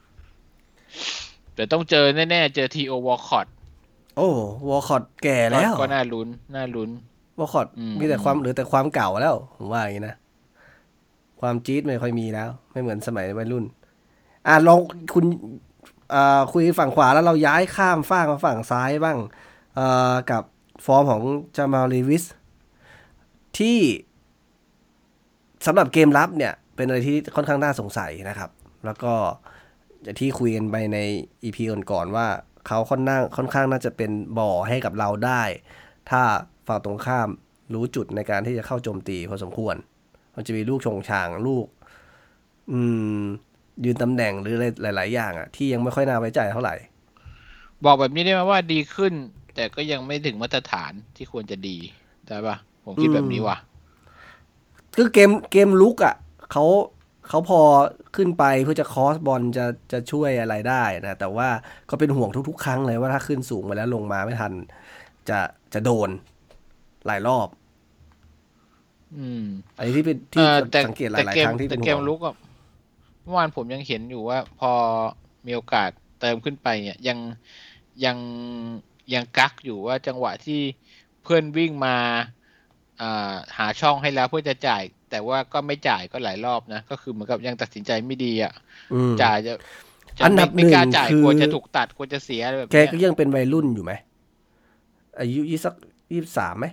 แต่ต้องเจอแน่ๆเจอทีโอวอลคอตโอ้วอลคอตแก่แล้วก็น่าลุ้นน่าลุ้นวอลคอตมีแต่ความหรือแต่ความเก่าแล้วผมว่าอย่างนี้นะความจี๊ดไม่ค่อยมีแล้วไม่เหมือนสมัยวัยรุ่นอ่ะลองคุณอ่าคุยฝั่งขวาแล้วเราย้ายข้ามฝั่งมาฝั่งซ้ายบ้างอ่ากับฟอร์มของจามาล ลีวิสที่สำหรับเกมรับเนี่ยเป็นอะไรที่ค่อนข้างน่าสงสัยนะครับแล้วก็ที่คุยกันไปใน อี พี ก่อนๆว่าเขาค่อนข้างค่อนข้างน่าจะเป็นบ่อให้กับเราได้ถ้าฝั่งตรงข้ามรู้จุดในการที่จะเข้าโจมตีพอสมควรมันจะมีลูกชงชางลูกอืมยืนตำแหน่งหรืออะไรหลายๆอย่างอ่ะที่ยังไม่ค่อยน่าไว้ใจเท่าไหร่บอกแบบนี้ได้ไหมว่าดีขึ้นแต่ก็ยังไม่ถึงมาตรฐานที่ควรจะดีได้ปะผมคิดแบบนี้ว่ะคือเกมเกมลุกอ่ะเขาเขาพอขึ้นไปเพื่อจะคอสบอลจะจะช่วยอะไรได้นะแต่ว่าก็เป็นห่วงทุกๆครั้งเลยว่าถ้าขึ้นสูงไปแล้วลงมาไม่ทันจะจะโดนหลายรอบอืมอันนี้ที่เป็นที่สังเกตหลายๆครั้งที่เป็นห่วงแต่เกมลุกอ่ะเมื่อวานผมยังเห็นอยู่ว่าพอมีโอกาสเติมขึ้นไปเนี่ยยังยังยังกักอยู่ว่าจังหวะที่เพื่อนวิ่งมาหาช่องให้แล้วเพื่อจะจ่ายแต่ว่าก็ไม่จ่ายก็หลายรอบนะก็คือเหมือนกับยังตัดสินใจไม่ดีอ่ะจ่ายจะอันดับหนึ่งคือกลัวจะถูกตัดกลัวจะเสียแบบแกก็ยังเป็นวัยรุ่นอยู่ไหมอายุยี่สักยี่สิบสามไหม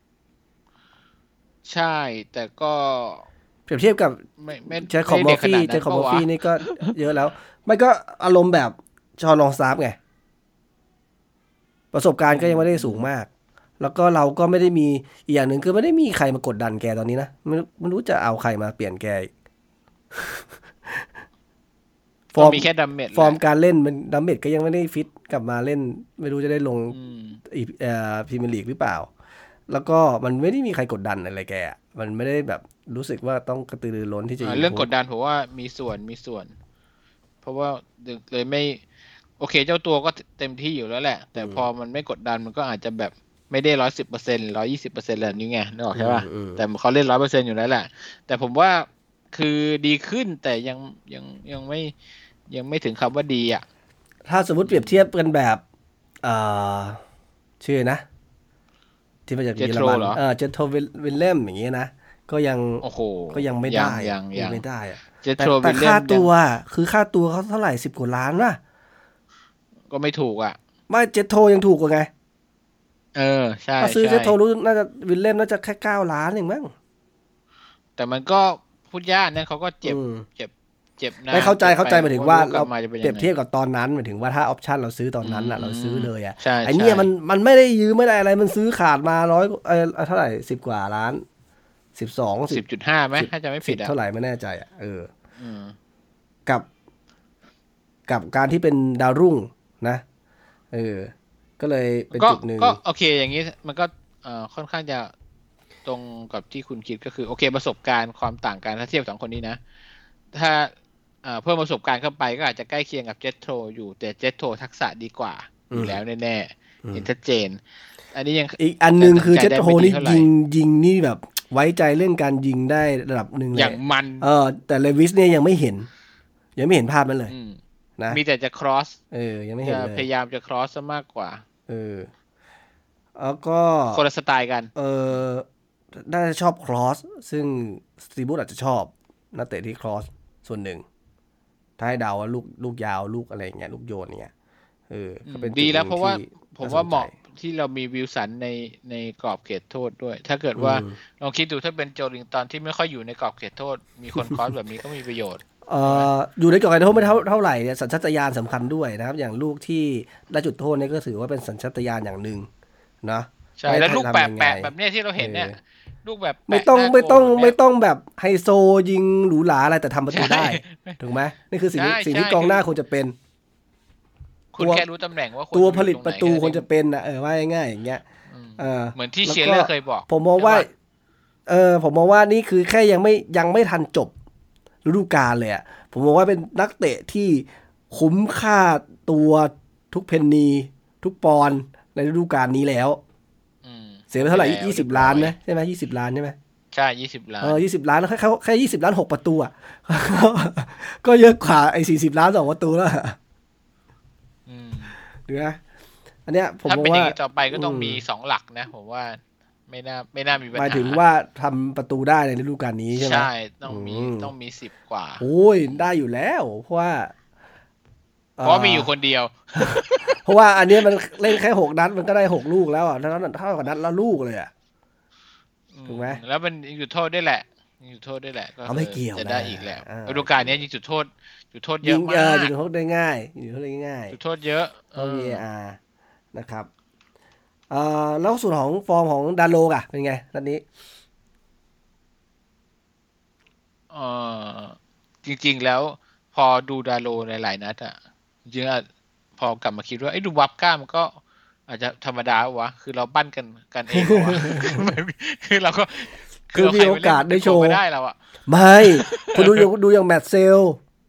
ใช่แต่ก็เปรียบเทียบกับเจคอบมอร์ฟี่เจคอบมอร์ฟี่นี่ก็เยอะแล้วไม่ก็อารมณ์แบบชอนลองซาร์ฟไงประสบการณ์ก็ยังไม่ได้สูงมากแล้วก็เราก็ไม่ได้มีอีกอย่างหนึ่งคือไม่ได้มีใครมากดดันแกตอนนี้นะไม่ไม่รู้จะเอาใครมาเปลี่ยนแกฟอร์มมีแค่ดัมเมจฟอร์มการเล่นมันดัมเมจก็ยังไม่ได้ฟิตกลับมาเล่นไม่รู้จะได้ลงอีเอ่อพรีเมียร์ลีกหรือเปล่าแล้วก็มันไม่ได้มีใครกดดันอะไรแกมันไม่ได้แบบรู้สึกว่าต้องกระตือรือร้นที่จะเรื่องกดดันผมว่ามีส่วนมีส่วนเพราะว่าเลยไม่โอเคเจ้าตัวก็เต็มที่อยู่แล้วแหละแต่พอมันไม่กดดันมันก็อาจจะแบบไม่ได้ร้อยสิบเปอร์เซ็นต์ร้อยยี่สิบเปอร์เซ็นต์แล้วนี่ไงนึกออกใช่ป่ะแต่เขาเล่นร้อยเปอร์เซ็นต์อยู่แล้วแหละแต่ผมว่าคือดีขึ้นแต่ยังยังยังไม่ยังไม่ถึงคำว่าดีอ่ะถ้าสมมติเปรียบเทียบกันแบบอ่าชื่อนะที่มาจากเยอรมันเออเจโทวิลเลมอย่างเงี้ยนะก็ยังก็ยังไม่ได้ยังยังไม่ได้อะแต่แต่ค่าตัวคือค่าตัวเขาเท่าไหร่สิบกว่าล้านป่ะก็ไม่ถูกอ่ะไม่เจโทยังถูกกว่าไงเออใช่ถ้าซื้อเจโทรู้น่าจะวิลเลมน่าจะแค่เก้าล้านเองมั้งแต่มันก็พูดยากเนี่ยเขาก็เจ็บเจ็บเจ็บนะไม่เข้าใจเข้าใจหมายถึงว่าเรามาจะเป็นเปรียบยังไงเทียบกับตอนนั้นหมายถึงว่าถ้าออปชั่นเราซื้อตอนนั้นน่ะอืมเราซื้อเลยอ่ะใช่ไอ้เนี่ยใช่มันมันไม่ได้ยืมไม่ได้อะไรมันซื้อขาดมาร้อยเออเท่าไหร่สิบกว่าล้านสิบสองสิบจุดห้าไหมถ้าจะไม่ผิดอ่ะเท่าไหร่ไม่แน่ใจอ่ะเอออืมกับ กับการที่เป็นดาวรุ่งนะเออก็เลยเป็นก็จุดหนึ่งก็โอเคอย่างนี้มันก็เอ่อค่อนข้างจะตรงกับที่คุณคิดก็คือโอเคประสบการณ์ความต่างกันถ้าเทียบสองคนนี้นะถ้าเอ่อเพิ่มประสบการณ์เข้าไปก็อาจจะใกล้เคียงกับเจสโทรอยู่แต่เจสโทรทักษะดีกอยู่แล้วแน่ๆเห็นชัดเจน อันนี้ยังอีกอันหนึงคือแต่เจตัดตสินใจโฮได้ไม่ดีนี่เท่าไหร่ยิงยิงนี่แบบไว้ใจเรื่องการยิงได้ระดับหนึ่งเลอย ย่างมันเออแต่เลวิสเนี่ยยังไม่เห็น ยังไม่เห็นภาพนั้นเลยอืมนะมีแต่จะ cross เออยังไม่เห็นจะเลยพยายามจะ cross ซะมากกว่าเออแล้วก็คนละสไตล์กันเออน่าจะชอบครอสซึ่งสตีบูธอาจจะชอบนักเตะที่ครอสส่วนหนึ่ง ถ้าให้เดาว่าลูกลูกยาวลูกอะไรอย่างเงี้ยลูกโยนเงี้ยเออก็เป็นดีแล้วจุเพราะว่าที่ผมว่าน่สนใจเหมาะที่เรามีวิลสันในในกรอบเขตโทษด้วย ถ้าเกิดว่าอืมลองคิดดูถ้าเป็นโจลิงตันที่ไม่ค่อยอยู่ในกรอบเขตโทษ มีคนครอสแบบนี้ก็มีประโยชน์เอ่ออยู่ในกรอบการโทษไม่เท่าเท่าไหร่เนี่ยสัญชาตญาณสำคัญด้วยนะครับ อย่างลูกที่ได้จุดโทษเนี่ยก็ถือว่าเป็นสัญชาตญาณอย่างหนึ่งนะใช่แล้วลูกแปะทำยังไงแปะแบบเนี้ยที่เราเห็นเนี่ยเออลูกแบบแปะไม่ต้องหน้าไม่ต้องโกแบบไม่เนี้ยต้องแบบไฮโซยิงหรูหราอะไรแต่ทำประตูใช่ได้ถูกไหมนี่คือสิ่งที่ใช่สิ่งที่ใช่กองหน้าควรจะเป็นคุณตัวแค่รู้ตำแหน่งว่าควรตัวจะผลิตอยู่ประงไหนตูแนั้นควรเองจะเป็นนะเออว่าง่ายๆอย่างเงี้ยอืมเออเหมือนที่แล้วเชียร์ก็เลอร์เคยบอกผมมองว่า เออผมมองว่านี่คือแค่ยังไม่ยังไม่ทันจบฤดูกาลเลยอ่ะผมมองว่าเป็นนักเตะที่คุ้มค่าตัวทุกเพนนีทุกปอนด์ในฤดูกาลนี้แล้วอืมเสียไปเท่าไหร่แล้วยี่สิบเรียบร้อยล้านไหมใช่ไหมยี่สิบล้านใช่ไหมใช่ยี่สิบล้านเออยี่สิบล้านแล้วแค่เขาแค่ยี่สิบล้านหกประตูอ่ะ ก็เยอะกว่าไอ้สี่สิบล้านสองประตูแล้วอะอืมดูนะอันเนี้ยผมถ้ามองเป็นอย่าว่างนี้ต่อไปก็ต้องอืมมีสองหลักนะ ผมว่าไม่น่าไม่น่ามีปัญหมายหาถึงว่าทำประตูได้ในฤดูกาลนี้ใช่ไหมใช่ต้องมีอืมต้องมีสิบกว่าโอ้ยได้อยู่แล้วเพราะว่าเพราะมีอยู่คนเดียวเพราะว่าอันเนี้ยมันเล่นแค่หกนัดมันก็ได้หกลูกแล้วอ่ะเท่านั้นเท่ากับนัดละลูกเลยอ่ะ ถูกไหมแล้วมันยิงจุดโทษด้วยแหละยิงจุดโทษด้วยแหละก็เอาไม่เกี่ยวจะได้นะอีกแล้วอ่าฤดูกาลนี้ยิงจุดโทษจุดโทษเยยิอะงมาเออก ยิงโทษได้ง่ายยิงโทษได้ง่ายจุดโทษเยอะเพราะ วี เอ อาร์ นะครับเอ่อแล้วส่วนของฟอร์มของดาโลกอะเป็นไงนัดนี้เออจริงๆแล้วพอดูดาโลในหลายนัดอ่ะจริงๆอะพอกลับมาคิดว่าไอ้ดูวับก้ามันก็อาจจะธรรมดาวะคือเราปั้นกันกันเองวะ คือเราก็คือมีโอกาสได้โชว์ไม่ได้เราอะไม่คุณดูอย่างดูอย่างแมตช์เซล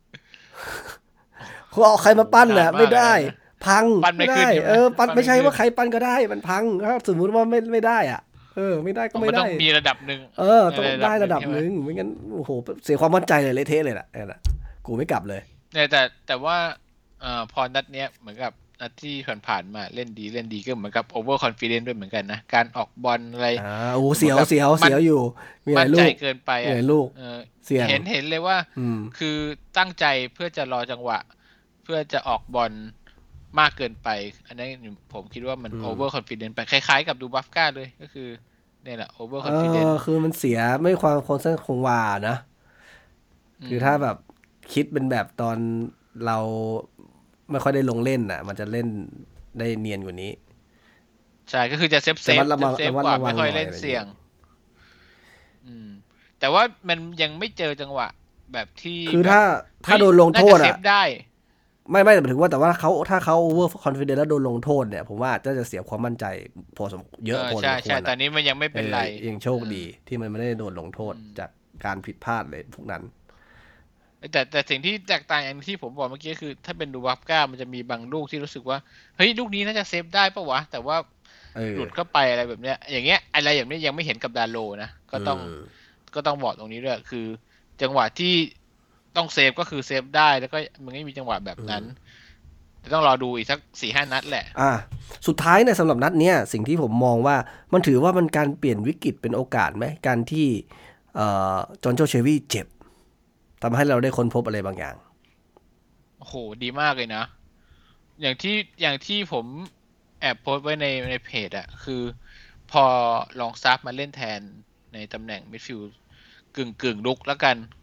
เขาเอาใครมาปั้นน่ะไม่ได้ พังปั้นไม่ขึ้นได้ใช่ไหมเออปั้นปั้นไม่ไม่ใช่ขึ้นว่าใครปั้นก็ได้มันพังถ้าสมมุติว่าไม่ไม่ได้อ่ะ เออ ไม่ได้ก็มัไม่นต้ได้องมีระดับหนึ่งเออต้องในระดับได้ระดับหนึ่งหนึ่งไม่งั้นโอ้โหเสียความมั่นใจเลยเละเทะเลยล่ะนั่นน่ะกูไม่กลับเลยเนี่ยแต่แต่ว่าเอ่อพอนัดเนี้ยเหมือนกับนัดที่ผ่านๆมาเล่นดีเล่นดีก็เหมือนกับโอเวอร์คอนฟิเดนซ์ด้วยเหมือนกันนะการออกบอลอะไรอ่าโอ้เสียวเสียวเสียวอยู่มีหมั่ลาน ยลูใจกเกินไปมีหอ่ะลายลูกเออเสี่ยงเห็นเห็นเลยว่าอืมคือตั้งใจเพื่อจะรอจังหวะ เพื่อจะออกบอลมากเกินไป อันนี้นผมคิดว่ามันอืมโอเวอร์คอนฟิเดนซ์ไปคล้ายๆกับดูบัฟก้าเลยก็คือเนี่ยแหละโอเวอร์คเออนฟิเดนอซ์คือมันเสียไม่ความคงเส้นคงวานะ คือถ้าแบบคิดเป็นแบบตอนเราไม่ค่อยได้ลงเล่นน่ะ มันจะเล่นได้เนียนกว่านี้ใช่ก็คือจะเซฟเซฟระมัดระวังเซฟระมัดกว่าระวังไม่ค่อยหน่อยเล่นอะไรอย่างเงี้ยเสี่ยง อืม แต่ว่ามันยังไม่เจอจังหวะแบบที่คือถ้าแบบถ้าโดนลงโทษน่าจะเซอ่ะฟได้ไม่ไม่แต่หมายถึงว่าแต่ว่าเขาถ้าเขา over confident แล้วโดนลงโทษเนี่ย ผมว่าจะจะเสียความมั่นใจพอสมเยอะเออพอสใช่มคใช่วรตออะนนี้มันยังไม่เป็นไรเออยังโชคดีที่มันไม่ได้โดนลงโทษอืมจากการผิดพลาดเลยพวกนั้นแต่แต่สิ่งที่แตกต่างอย่างที่ผมบอกเมื่อกี้คือ ถ้าเป็นดูวับก้ามันจะมีบางลูกที่รู้สึกว่าเฮ้ยลูกนี้น่าจะเซฟได้ปะวะแต่ว่าเออหลุดเข้าไปอะไรแบบเนี้ย อย่างเงี้ยอะไรอย่างนี้ยังไม่เห็นกับดาโลนะก็ต้องมก็ต้องบอกตรงนี้ด้วยคือ จังหวะที่ต้องเซฟก็คือเซฟได้แล้วก็มันไม่มีจังหวะแบบนั้นแต่ต้องรอดูอีกสักสี่ห้านัดแหละอ่าสุดท้ายเนี่ยสำหรับนัดเนี้ยสิ่งที่ผมมองว่ามันถือว่ามันการเปลี่ยนวิกฤตเป็นโอกาสไหมการที่เอ่อจอห์นโจเชวี่เจ็บทำให้เราได้ค้นพบอะไรบางอย่างโอ้โหดีมากเลยนะ อย่างที่อย่างที่ผมแอบโพสต์ไว้ในในเพจอะคือพอลองซับมาเล่นแทนในตำแหน่งมิดฟิลด์กึ่งกึ่งลุกแล้วกัน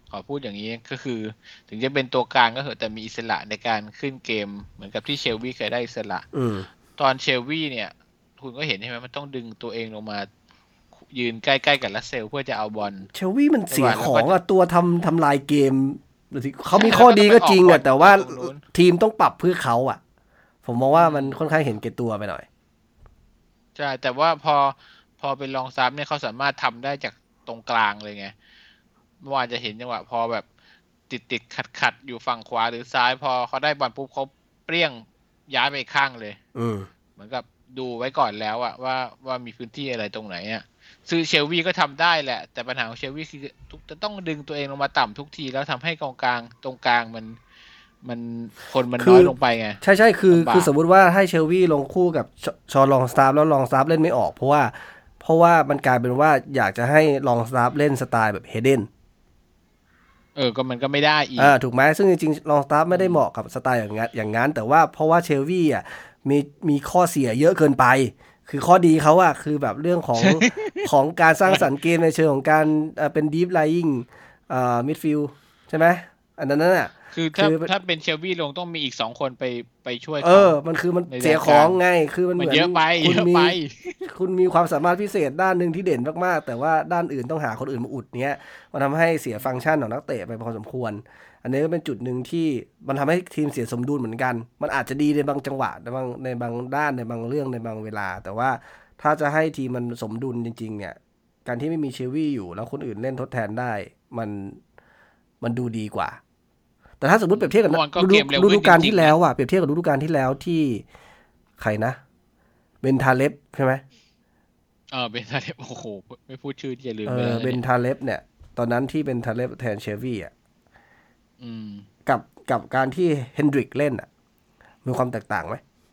ขอพูดอย่างนี้ก็คือ ถึงจะเป็นตัวกลางก็เถอะแต่มีอิสระในการขึ้นเกมเหมือนกับที่เชลวีเคยได้อิสระตอนเชลวีเนี่ยคุณก็เห็นใช่ไหมมันต้องดึงตัวเองลงมายืนใกล้ๆกับลัสเซลเพื่อจะเอาบอลเชลวีมันเสียของอ่ะตัวทำทำลายเกมเขามีข้อดีก็จริงอ่ะแต่ว่าทีมต้องปรับเพื่อเขาอ่ะผมมองว่ามันค่อนข้างเห็นแก่ตัวไปหน่อยใช่แต่ว่าพอพอเป็นรองซับเนี่ยเขาสามารถทำได้จากตรงกลางเลยไงเมื่อวานจะเห็นจังหวะพอแบบติดติดขัดขัดอยู่ฝั่งขวาหรือซ้ายพอเขาได้บอลปุ๊บเขาเปรี้ยงย้ายไปข้างเลยเหมือนกับดูไว้ก่อนแล้วอะว่าว่ามีพื้นที่อะไรตรงไหนอะซึ่งเชลวีก็ทำได้แหละแต่ปัญหาของเชลวีคือจะต้องดึงตัวเองลงมาต่ำทุกทีแล้วทำให้กองกลางตรงกลางมันมันคนมันน้อยลงไปไงใช่ใช่คือคือสมมุติว่าให้เชลวีลงคู่กับชอลองสตาร์แล้วลองสตาร์เล่นไม่ออกเพราะว่าเพราะว่ามันกลายเป็นว่าอยากจะให้ลองสตาร์เล่นสไตล์แบบเฮเดนเออก็มันก็ไม่ได้อีกอ่าถูกไหมซึ่งจริงๆลองสตาร์ไม่ได้เหมาะกับสไตล์อย่างนั้นอย่างนั้นแต่ว่าเพราะว่าเชลวีอ่ะมีมีข้อเสียเยอะเกินไปคือข้อดีเขาอะคือแบบเรื่องของ ของการสร้างสรรค์เกมในเชิงของการเป็นดีฟไลน์ อ่ามิดฟิลด์ใช่ไหมอันนั้นน่ะคือถ้าถ้าเป็นเชลวีลงต้องมีอีกสองคนไปไปช่วยเออมันคือมันเสียของไงคือมันเหมือนเยอะไปคุณมีคุณมีความสามารถพิเศษด้านหนึ่งที่เด่นมากๆแต่ว่าด้านอื่นต้องหาคนอื่นมาอุดเนี้ยมันทำให้เสียฟังก์ชันของนักเตะไปพอสมควรอันนี้ก็เป็นจุดหนึ่งที่มันทำให้ทีมเสียสมดุลเหมือนกันมันอาจจะดีในบางจังหวะในบางในบางด้านในบางเรื่องในบางเวลาแต่ว่าถ้าจะให้ทีมมันสมดุลจริงๆเนี่ยการที่ไม่มีเชลวี่อยู่แล้วคนอื่นเล่นทดแทนได้มันมันดูดีกว่าแต่ถ้าสมมติเปรียบเทียบกับฤดูกาลที่แล้วอ่ะเปรียบเทียบกับฤดูกาลที่แล้วที่ใครนะเบนทาเลฟใช่ไหมเออเบนทาเลฟโอ้โหไม่พูดชื่อที่จะลืมไปเออเบนทาเลฟเนี่ยตอนนั้นที่เป็นทาเลฟแทนเชลวี่อ่ะกับกับการที่เฮนดริกเล่นอ่ะมีความแตกต่างไหม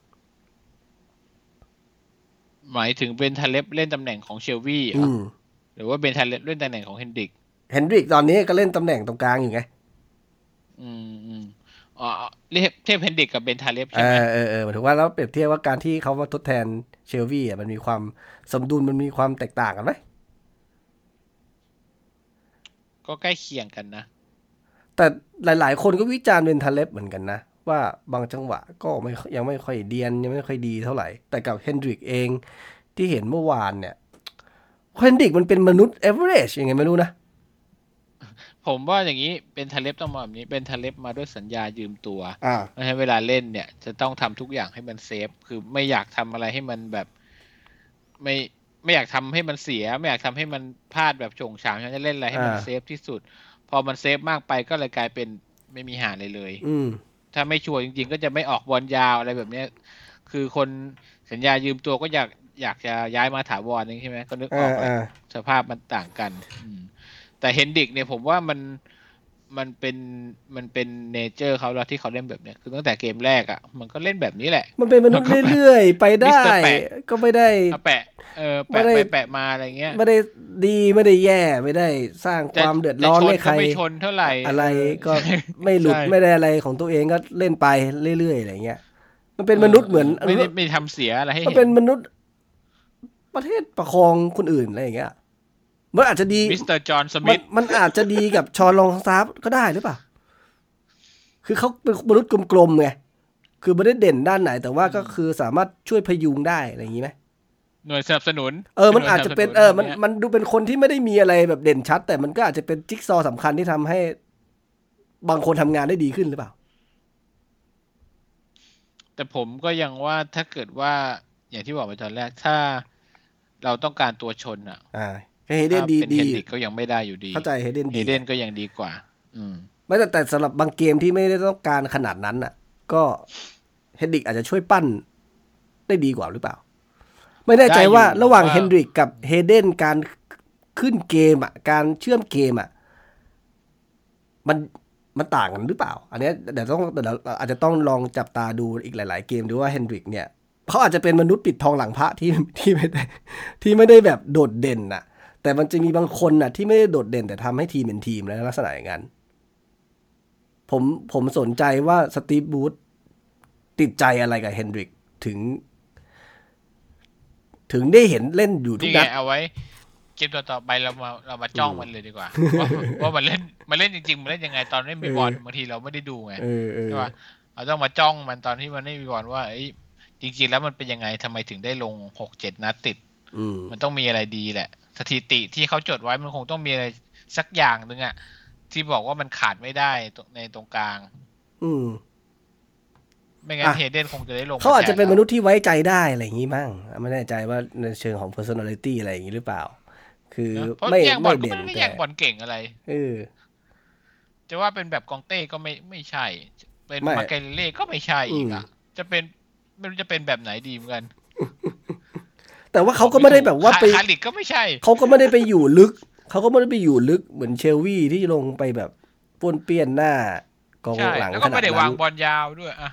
หมายถึงเบนทาเลฟเล่นตำแหน่งของเชลวี่หรือว่าเบนทาเลฟเล่นตำแหน่งของเฮนดริกเฮนดริกตอนนี้ก็เล่นตำแหน่งตรงกลางอยู่ไงอืมอืมอ๋อเทียบเทียบเฮนดริกกับเบนทาเลฟใช่ไหมเออเออเออหมายถึงว่าแล้วเปรียบเทียบว่าการที่เขามาทดแทนเชลวี่อ่ะมันมีความสมดุลมันมีความแตกต่างกันไหมก็ใกล้เคียงกันนะแต่หลายๆคนก็วิจารณ์เบนทาเลฟเหมือนกันนะว่าบางจังหวะก็ไม่ยังไม่ค่อยเดียนยังไม่ค่อยดีเท่าไหร่แต่กับเฮนดริกเองที่เห็นเมื่อวานเนี่ยเฮนดริกมันเป็นมนุษย์เอเวอเรจยังไงไม่รู้นะผมว่าอย่างนี้เป็นทาเลฟต้องมาแบบนี้เป็นทาเลฟมาด้วยสัญญายืมตัวเพราะฉะนั้นเวลาเล่นเนี่ยจะต้องทำทุกอย่างให้มันเซฟคือไม่อยากทำอะไรให้มันแบบไม่ไม่อยากทำให้มันเสียไม่อยากทำให้มันพลาดแบบโฉงฉางฉันจะเล่นอะไรให้มันเซฟที่สุดพอมันเซฟมากไปก็เลยกลายเป็นไม่มีหาเลยเลยถ้าไม่ชัวร์จริงๆก็จะไม่ออกบอลยาวอะไรแบบนี้คือคนสัญญายืมตัวก็อยากอยากจะย้ายมาถาวรนึงใช่ไหมก็นึกออกเลยสภาพมันต่างกันแต่เฮนดริกเนี่ยผมว่ามันมันเป็นมันเป็นเนเจอร์เขาแล้วที่เขาเล่นแบบเนี้ยคือตั้งแต่เกมแรกอ่ะมันก็เล่นแบบนี้แหละมันเป็นมนุษย์เรื่อยๆไปได้ก็ไม่ได้แปะเออแปะไปแปะมาอะไรเงี้ยไม่ได้ดีไม่ได้แย่ไม่ได้สร้างความเดือดร้อนให้ใครไม่ชนเท่าไหร่อะไรก็ไม่หลุดไม่ได้อะไรของตัวเองก็เล่นไปเรื่อยๆอะไรเงี้ยมันเป็นมนุษย์เหมือนไม่ได้ไม่ทำเสียอะไรให้เห็นมันเป็นมนุษย์ประเทศประคองคนอื่นอะไรอย่างเงี้ยมันอาจจะดีมิสเตอร์จอห์นสมิธมันอาจจะดีกับชอลองซาฟก็ได้หรือเปล่าคือเขาเป็นมนุษย์กลมๆไงคือไม่ได้เด่นด้านไหนแต่ว่าก็คือสามารถช่วยพยุงได้อะไรอย่างนี้ไหมหน่วยสนับสนุนเออมันอาจจะเป็นเออมันมันดูเป็นคนที่ไม่ได้มีอะไรแบบเด่นชัดแต่มันก็อาจจะเป็นจิ๊กซอว์สำคัญที่ทำให้บางคนทำงานได้ดีขึ้นหรือเปล่าแต่ผมก็ยังว่าถ้าเกิดว่าอย่างที่บอกไปตอนแรกถ้าเราต้องการตัวชนอ่ะอ่าเฮเดนดีดีก็ยังไม่ได้อยู่ดีเข้าใจเฮเดนดีเฮเดนก็ยังดีกว่าอืมไม่แต่แต่สำหรับบางเกมที่ไม่ได้ต้องการขนาดนั้นอ่ะก็เฮนดริกอาจจะช่วยปั้นได้ดีกว่าหรือเปล่าไม่แน่ใจว่าระหว่างเฮนดริกกับเฮเดนการขึ้นเกมอ่ะการเชื่อมเกมอ่ะมันมันต่างกันหรือเปล่าอันนี้เดี๋ยวต้องเดี๋ยวอาจจะต้องลองจับตาดูอีกหลายๆเกมดูว่าเฮนดริกเนี่ยเขาอาจจะเป็นมนุษย์ปิดทองหลังพระที่ที่ไม่ได้ที่ไม่ได้แบบโดดเด่นน่ะแต่มันจะมีบางคนน่ะที่ไม่ได้โดดเด่นแต่ทำให้ทีมเป็นทีมแล้วลักษณะอย่างนั้นผมผมสนใจว่าสตีฟบูธติดใจอะไรกับเฮนดริกถึงถึงได้เห็นเล่นอยู่ทุกนัดเอาไว้เกมต่อๆไปเรามาเรามาจ้องมันเลยดีกว่าว่าว่ามันเล่นมันเล่นจริงๆมันเล่นยังไงตอนไม่มีบอลบางทีเราไม่ได้ดูไงใช่ป่ะเราต้องมาจ้องมันตอนที่มันไม่มีบอลว่าจริงๆแล้วมันเป็นยังไงทำไมถึงได้ลงหกเจ็ดนัดติดมันต้องมีอะไรดีแหละสถิติที่เขาจดไว้มันคงต้องมีอะไรสักอย่างนึงอะที่บอกว่ามันขาดไม่ได้ในตรงกลางอืมไม่งั้นเฮเดนคงจะได้ลงเขาอาจจะเป็นมนุษย์ที่ไว้ใจได้อะไรอย่างนี้มั้งไม่แน่ใจว่าในเชิงของ personality อะไรอย่างนี้หรือเปล่าคือไม่ไม่เด่นแต่แย่งบอลเก่งอะไรเออจะว่าเป็นแบบกองเต้ก็ไม่ไม่ใช่เป็นมาเกเล่ก็ไม่ใช่อีกอ่ะจะเป็นไม่รู้จะเป็นแบบไหนดีเหมือนกันแต่ว่าเขาก็ไม่ได้แบบว่าไปคาริกก็ไม่ใช่เขาก็ไม่ได้ไปอยู่ลึกเขาก็ไม่ได้ไปอยู่ลึกเหมือนเชลวี่ที่ลงไปแบบป้วนเปี้ยนหน้ากองหลังแล้วก็ไม่ได้วางบอลยาวด้วยอ่ะ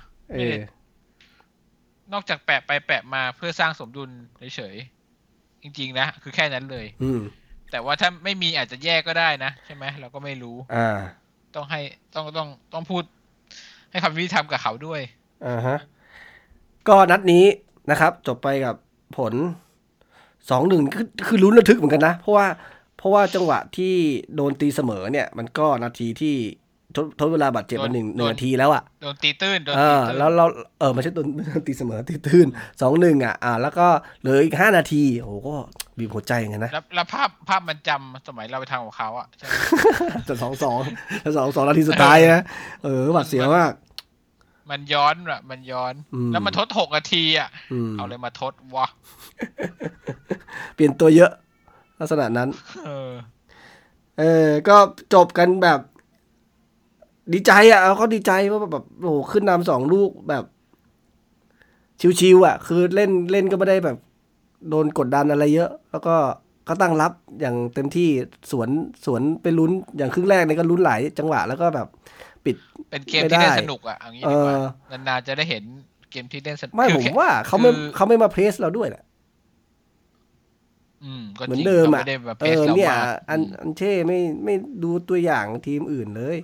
นอกจากแปะไปแปะมาเพื่อสร้างสมดุลเฉยๆจริงๆนะคือแค่นั้นเลยแต่ว่าถ้าไม่มีอาจจะแย่ก็ได้นะใช่ไหมเราก็ไม่รู้อ่าต้องให้ต้องต้องต้องพูดให้ความยุติธรรมกับเขาด้วยอ่าฮะก็นัดนี้นะครับจบไปกับผลสองหนึ่งคือคือลุ้นระทึกเหมือนกันนะเพราะว่าเพราะว่าจังหวะที่โดนตีเสมอเนี่ยมันก็นาทีที่ทดทดเวลาบาดเจ็บมาหนึ่งหนึ่งนาทีแล้วอ่ะโดนตีตื้นโดนตีตื้นแล้วเราเออไม่ใช่โดนตีเสมอตีตื้นสองหนึ่งอ่ะอ่าแล้วก็เหลืออีกห้านาทีโอ้โหก็บีบหัวใจเหมือนกันนะแล้วภาพภาพมันจำสมัยเราไปทางของเขาอ่ะใช่จะสองสองจะสองสองนาทีสุดท้ายนะเออหวาดเสียวมากมันย้อนอ่ะมันย้อนแล้วมันทดหกนาทีอ่ะเอาเลยมาทดวะเปลี่ยนตัวเยอะลักษณะนั้นเออเออก็จบกันแบบดีใจอ่ะเขาดีใจว่าแบบโอ้โหขึ้นนำสองลูกแบบชิวๆอ่ะคือเล่นเล่นก็ไม่ได้แบบโดนกดดันอะไรเยอะแล้วก็ก็ตั้งรับอย่างเต็มที่สวนสวนไปลุ้นอย่างครึ่งแรกนี่ก็ลุ้นหลายจังหวะแล้วก็แบบปิดเป็นเกมที่เล่นสนุกอ่ะอย่างนี้ดีกว่านานๆจะได้เห็นเกมที่เล่นสนุกไม่ผมว่าเขาไม่เขาไม่มาเพรสเราด้วยแหละเหมือนเดิมอ่ะเออเนี่ยอันอันเช่ไม่ไม่ดูตัวอย่างทีมอื่นเลย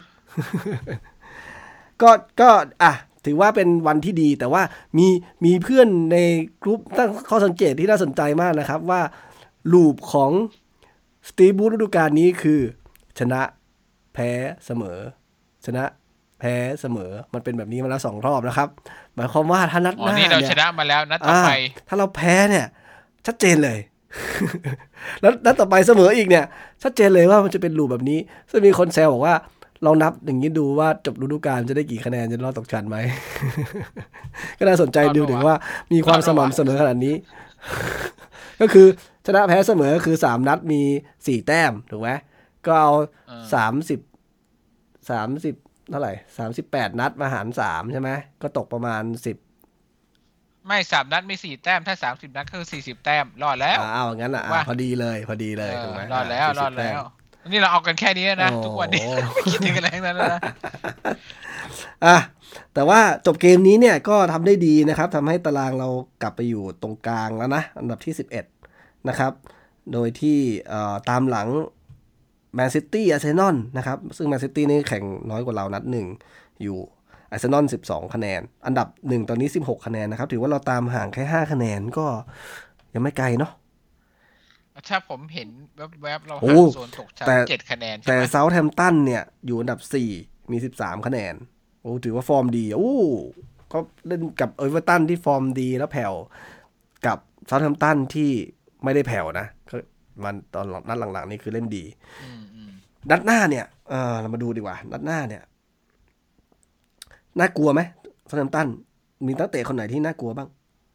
ก็ก็อ่ะถือว่าเป็นวันที่ดีแต่ว่ามีมีเพื่อนในกลุ่มตั้งข้อสังเกตที่น่าสนใจมากนะครับว่าลูปของสตีฟบูธฤดูกาลนี้คือชนะแพ้เสมอชนะแพ้เสมอมันเป็นแบบนี้มาแล้วสองรอบนะครับหมายความว่าถ้านัดหน้าเนี่ยเราชนะมาแล้วนัดต่อไปถ้าเราแพ้เนี่ยชัดเจนเลยแล้วนัดต่อไปเสมออีกเนี่ยชัดเจนเลยว่ามันจะเป็นลูปแบบนี้ซึ่งมีคนแซวบอกว่าลองนับอย่างนี้ดูว่าจบฤดูกาลจะได้กี่คะแนนจะรอดตกชั้นไหม ก็น่าสนใจดูถึงว่ามีความสม่ำเสมอขนาดนี้ ก็คือชนะแพ้เสมอคือสามนัดมีสี่แต้มถูกไหมก็เอาสามสิบสามสิบเท่าไหร่สามสิบแปดนัดมาหารสามใช่ไหมก็ตกประมาณสิบไม่สามนัดมีสี่แต้มถ้าสามสิบนัดก็คือสี่สิบแต้มรอดแล้วอ้าวงั้นอ่ะพอดีเลยพอดีเลยถูกไหมรอดแล้วรอดแล้วนี่เราเอากันแค่นี้นะทุกวันนี้ไม่คิดถึงอะไรทั้งนั้นนะอ่ะแต่ว่าจบเกมนี้เนี่ยก็ทำได้ดีนะครับทำให้ตารางเรากลับไปอยู่ตรงกลางแล้วนะอันดับที่สิบเอ็ดนะครับโดยที่ตามหลังแมนซิตี้อาร์เซนอลนะครับซึ่งแมนซิตี้นี่แข่งน้อยกว่าเรานัดหนึ่งอยู่อาร์เซนอลสิบสองคะแนนอันดับหนึ่งตอนนี้สิบหกคะแนนนะครับถือว่าเราตามห่างแค่ห้าคะแนนก็ยังไม่ไกลเนาะถ้าผมเห็นแวบๆเราห่างโซนตกชั้นเจ็ดคะแนนแต่เซาท์แฮมป์ตันเนี่ยอยู่อันดับสี่มีสิบสามคะแนนโอ้ถือว่าฟอร์มดีโอ้ก็เล่นกับเอเวอร์ตันที่ฟอร์มดีแล้วแผ่วกับเซาท์แฮมป์ตันที่ไม่ได้แผ่วนะมันตอนนัดหลังๆนี่คือเล่นดีนัดหน้าเนี่ยเออเรามาดูดีกว่านัดหน้าเนี่ยน่ากลัวไหมเซาท์แฮมป์ตันมีนักเตะคนไหนที่น่ากลัวบ้าง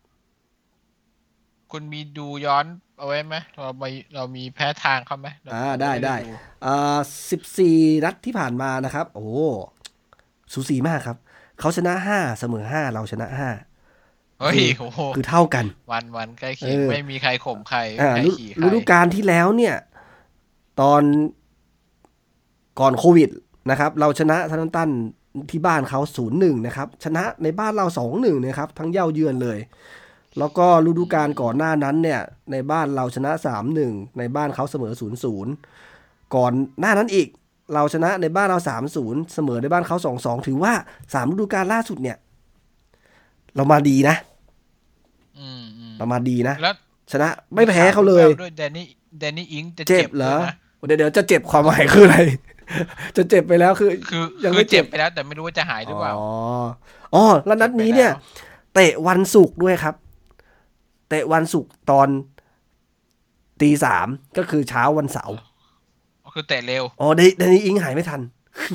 คุณมีดูย้อนเอาไว้ไหมเราไปเรามีแพ้ทางเขาไหมอ่าได้ได้อ่าสิบสี่นัดที่ผ่านมานะครับโอ้สูสีมากครับเขาชนะห้าเสมอห้าเราชนะห้าเฮ้ยโอ้โหคือเท่ากันวันวันใกล้เคียงไม่มีใครข่มใครใครขี่ใครฤดูกาลที่แล้วเนี่ยตอนก่อนโควิดนะครับเราชนะซันตันที่บ้านเขา ศูนย์หนึ่ง นะครับชนะในบ้านเรา สองหนึ่ง นะครับทั้งเย่าเยือนเลยแล้วก็ฤดูกาลก่อนหน้านั้นเนี่ยในบ้านเราชนะ สามหนึ่ง ในบ้านเขาเสมอ ศูนย์ศูนย์ ก่อนหน้านั้นอีกเราชนะในบ้านเรา สามศูนย์ เสมอในบ้านเขา สองสอง ถือว่าสามฤดูกาลล่าสุดเนี่ยเรามาดีนะเรามาดีนะแล้วชนะไม่แพ้เขาเลยด้วยแดนนี่แดนนี่อิงจะเจ็เจ็บบ เหรอด้วยนะเดี๋ยวเดี๋ยวจะเจ็บความหมายคืออะไร จะเจ็บไปแล้วคือคือยังคืไม่อเจ็เจ็บบไปแล้วแต่ไม่รู้ว่าจะหายหรือเปล่าอ๋ออ๋อแล้วนัดนี้เนี่ย เตะวันศุกร์ด้วยครับ เตะวันศุกร์ตอนตีสามก็คือเช้าวันเสาร์คือเตะเร็วอ๋อเดนนี่อิงหายไม่ทัน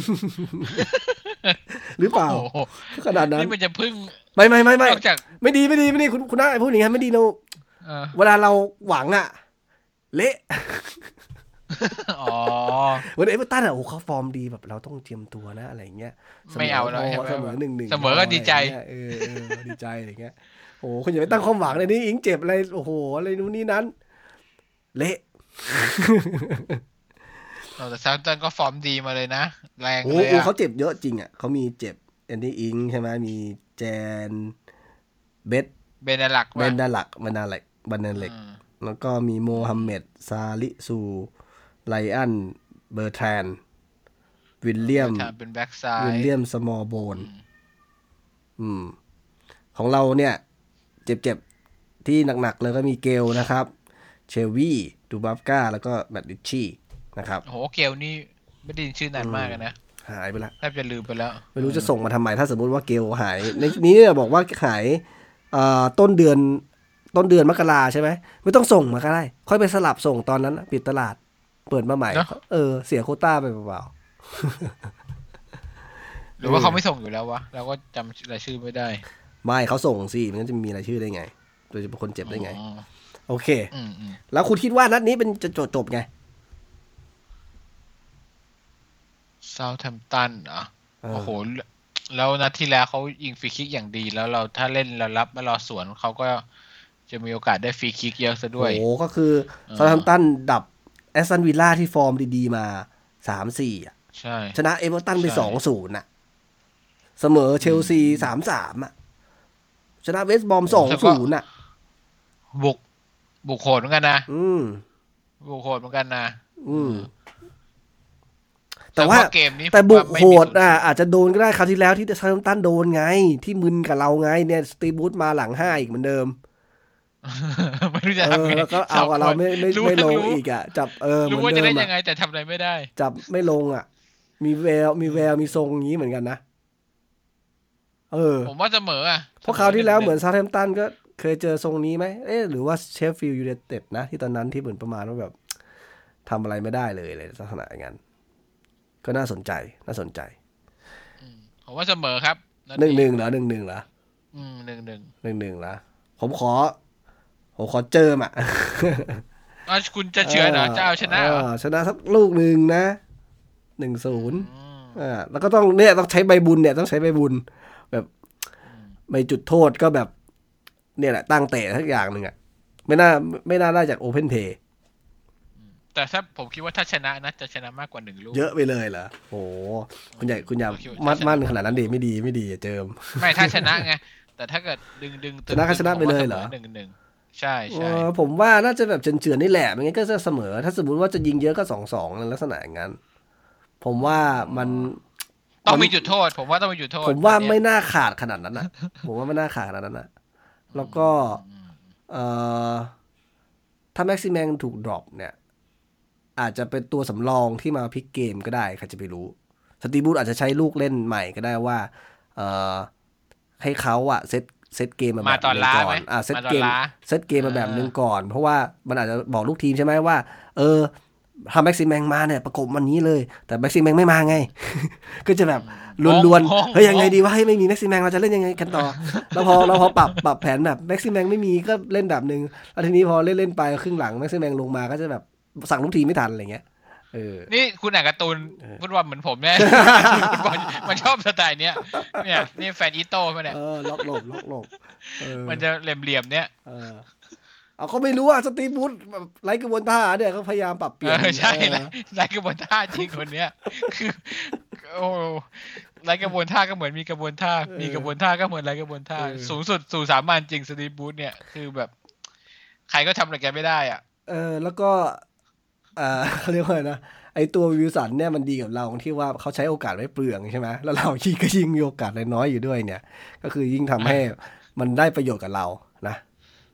หรือเปล่าโอ้โหขนาดนั้นนี่มันจะพึ่งไม่ไม่ไม่ไม่นอกจากไม่ดีไม่ดีไม่ดีคุณคุณน้าพูดอย่างนี้ไม่ดีเราเออเวลาเราหวังอะเละอ๋อวันเอเวอร์ตันอะโอ้เขาฟอร์มดีแบบเราต้องเตรียมตัวนะอะไรเงี้ยไม่เอาแล้วใช่ไหมเสมอหนึ่งหนึ่งเสมอก็ดีใจเออเออดีใจอะไรเงี้ยโอ้คุณอย่าไปตั้งความหวังเลยนี่อิงเจ็บอะไรโอ้โหอะไรนู้นนี่นั้นเละแต่ซาร์ตันก็ฟอร์มดีมาเลยนะแรงโอ้เลยโหอะเขาเจ็บเยอะจริงอ่ะเขามีเจ็บแอนดี้อิงใช่ไหมมีแจนเบสเบนหลักเบนดาลักบันดาเล็กบันดาเล็กแล้วก็มีโมฮัมเหม็ดซาลิซูไลอันเบอร์แทรนวิลเลียมเป็นแบ็กซ้ายวิลเลียมสมอลโบนอืมของเราเนี่ยเจ็บๆที่หนักๆเลยก็มีเกลนะครับเชลวี่ดูบัฟก้าแล้วก็แมตติชชี่นะครับโอ้โหเกลนี่ไม่ได้ยินชื่อนานมากนะหายไปแล้วแทบจะลืมไปแล้วไม่รู้จะส่งมาทำไมถ้าสมมติว่าเกลหายในนี้เนี่ยบอกว่าหายต้นเดือนต้นเดือนมกราใช่ไหมไม่ต้องส่งมาก็ได้ค่อยไปสลับส่งตอนนั้นปิดตลาดเปิดมาใหม่เออเสียโควต้าไปเปล่าหรือว่าเขาไม่ส่งอยู่แล้ววะเราก็จำรายชื่อไม่ได้ไม่เขาส่งสิมันจะมีรายชื่อได้ไงโดยเฉพาะคนเจ็บได้ไงโอเคอืมอืมแล้วคุณคิดว่านัดนี้เป็นจะจบจบไงเซาท์แฮมป์ตันอ่ะโอ้โหแล้วนัดที่แล้วเขายิงฟรีคิกอย่างดีแล้วเราถ้าเล่นเรารับแล้วรอสวนเขาก็จะมีโอกาสได้ฟรีคิกเยอะซะด้วยโอ้ก็คือซาท์แฮมป์ตันดับแอสตันวิลล่าที่ฟอร์มดีๆมา สามสี่ อ่ะใช่ชนะเอเวอร์ตันไป สองศูนย์ อ่ะเสมอเชลซี สามสาม อ่ะชนะเวสต์บอม สองศูนย์ อ่ะบุกบุกโหดเหมือนกันนะอืมบุกโหดเหมือนกันนะอืมแต่ว่าเกมนี้แต่บุกโหดอ่ะอาจจะโดนก็ได้คราวที่แล้วที่ซาท์แฮมป์ตันโดนไง ที่มึนกับเราไงเนี่ยสตีบูธมาหลังห้าอีกเหมือนเดิมไม่รู้จะเอทำอไงแล้วก็เอากับเราไม่ไม่ไม่ลงอีกอ่ะจับเออเหมืรู้อนว่าเดิจะเล่มนอ่ะยังไงแต่ทำอะไรไม่ได้จับไม่ลงอ่ะ มีแววมีแววมีทรงอย่างนี้เหมือนกันนะเออผมว่าเสมออ่ะเพราะคราวที่แล้วเหมือนซาท์แฮมป์ตันก็เคยเจอทรงนี้ไหมเอ๊ะหรือว่าเชฟฟิลด์ยูไนเต็ดนะที่ตอนนั้นที่เหมือนประมาณว่าแบบทำอะไรไม่ได้เลยเลยลักษณะอย่างนั้นก็น่าสนใจน่าสนใจผมว่าเสมอครับหนึ่งหนึ่งเหรอหนึ่งหนึ่งเหรออืมหนึ่งหนึ่งหนึ่งหนึ่งเหรอผมขอผมขอเจอมอ่ะอ๋อคุณจะเฉือนเหรอจะเอาชนะเหรอชนะสักลูกหนึ่งนะหนึ่งศูนย์อ่าแล้วก็ต้องเนี่ยต้องใช้ใบบุญเนี่ยต้องใช้ใบบุญแบบใบจุดโทษก็แบบเนี่ยแหละตั้งเตะทักอย่างหนึ่งอ่ะไม่น่าไม่น่าได้จากโอเพนเพย์แต่ถ้าผมคิดว่าถ้าชนะนะจะชนะมากกว่าหนึ่งลูกเยอะไปเลยเหรอโอ้คุณใหญ่คุณอย่ามัดมั่นขนาดนั้นดีไม่ดีไม่ดีอย่าเจิมไม่ถ้าชนะไงแต่ถ้าเกิดดึงดึงชนะก็ชนะไปเลยเหรอหนึ่งหนึ่งใช่ใช่เออผมว่าน่าจะแบบเฉือนๆนี่แหละไม่งั้นก็จะเสมอ ถ้าสมมติว่าจะยิงเยอะก็สองสองในลักษณะอย่างนั้นผมว่ามันต้องมีจุดโทษ ผมว่าต้องมีจุดโทษผมว่าไม่น่าขาดขนาดนั้นนะ ผมว่าไม่น่าขาดขนาดนั้นนะแล้วก็เอ่อถ้าแม็กซิแมงถูกดรอปเนี่ยอาจจะเป็นตัวสำรองที่มาพลิกเกมก็ได้ใครจะไปรู้สตีบูธอาจจะใช้ลูกเล่นใหม่ก็ได้ว่าเอ่อให้เขาอะเซตเซตเกมมาแบบนึงก่อนอ่ะเซตเกมเซตเกมมาแบบนึงก่อนเพราะว่ามันอาจจะบอกลูกทีมใช่ไหมว่าเออถ้าแม็กซิแมงมาเนี่ยประกบวันนี้เลยแต่แม็กซิแมงไม่มาไง ก็จะแบบลวนๆเฮ้ยยังไงดีว่าให้ไม่มีแม็กซิแมงเราจะเล่นยังไงกันต่อ แล้วพอเราพอปรับปรับแผนแบบแม็กซิแมงไม่มีก็เล่นแบบนึงแล้วทีนี้พอเล่นเล่นไปครึ่งหลังแม็กซิแมงลงมาก็จะแบบสั่งลูกทีมไม่ทันอะไรเงี้ยเออนี่คุณอ่านการ์ตูนฟุตบอลเหมือนผมเนี่ย ฟุตบอลมันชอบสไตล์เนี้ยเนี่ยนี่แฟนอีโต้มาเนี่ยเออล็อกหลบล็อกหลบมันจะเหลี่ยมๆเนี้ยเออเอาก็ไม่รู้อ่ะสตีบูธแบบไร้กระบวนท่าเนี่ยเขาพยายามปรับเปลี่ยนใช่ไร้กระบวนท่าจริงคนเนี้ยคือโอ้ไร้กระบวนท่าก็เหมือนมีกระบวนท่ามีกระบวนท่าก็เหมือนไร้กระบวนท่าสูงสุดสู่สามัญจริงสตีบูธเนี่ยคือแบบใครก็ทำอะไรแกไม่ได้อ่ะเออแล้วก็อ่าเขาเรียกว่าไงนะไอตัววิลสันเนี่ยมันดีกับเราที่ว่าเขาใช้โอกาสไม่เปลืองใช่ไหมแล้วเรายิ่งก็ยิ่งมีโอกาสน้อยอยู่ด้วยเนี่ยก็คือยิ่งทำให้มันได้ประโยชน์กับเรานะ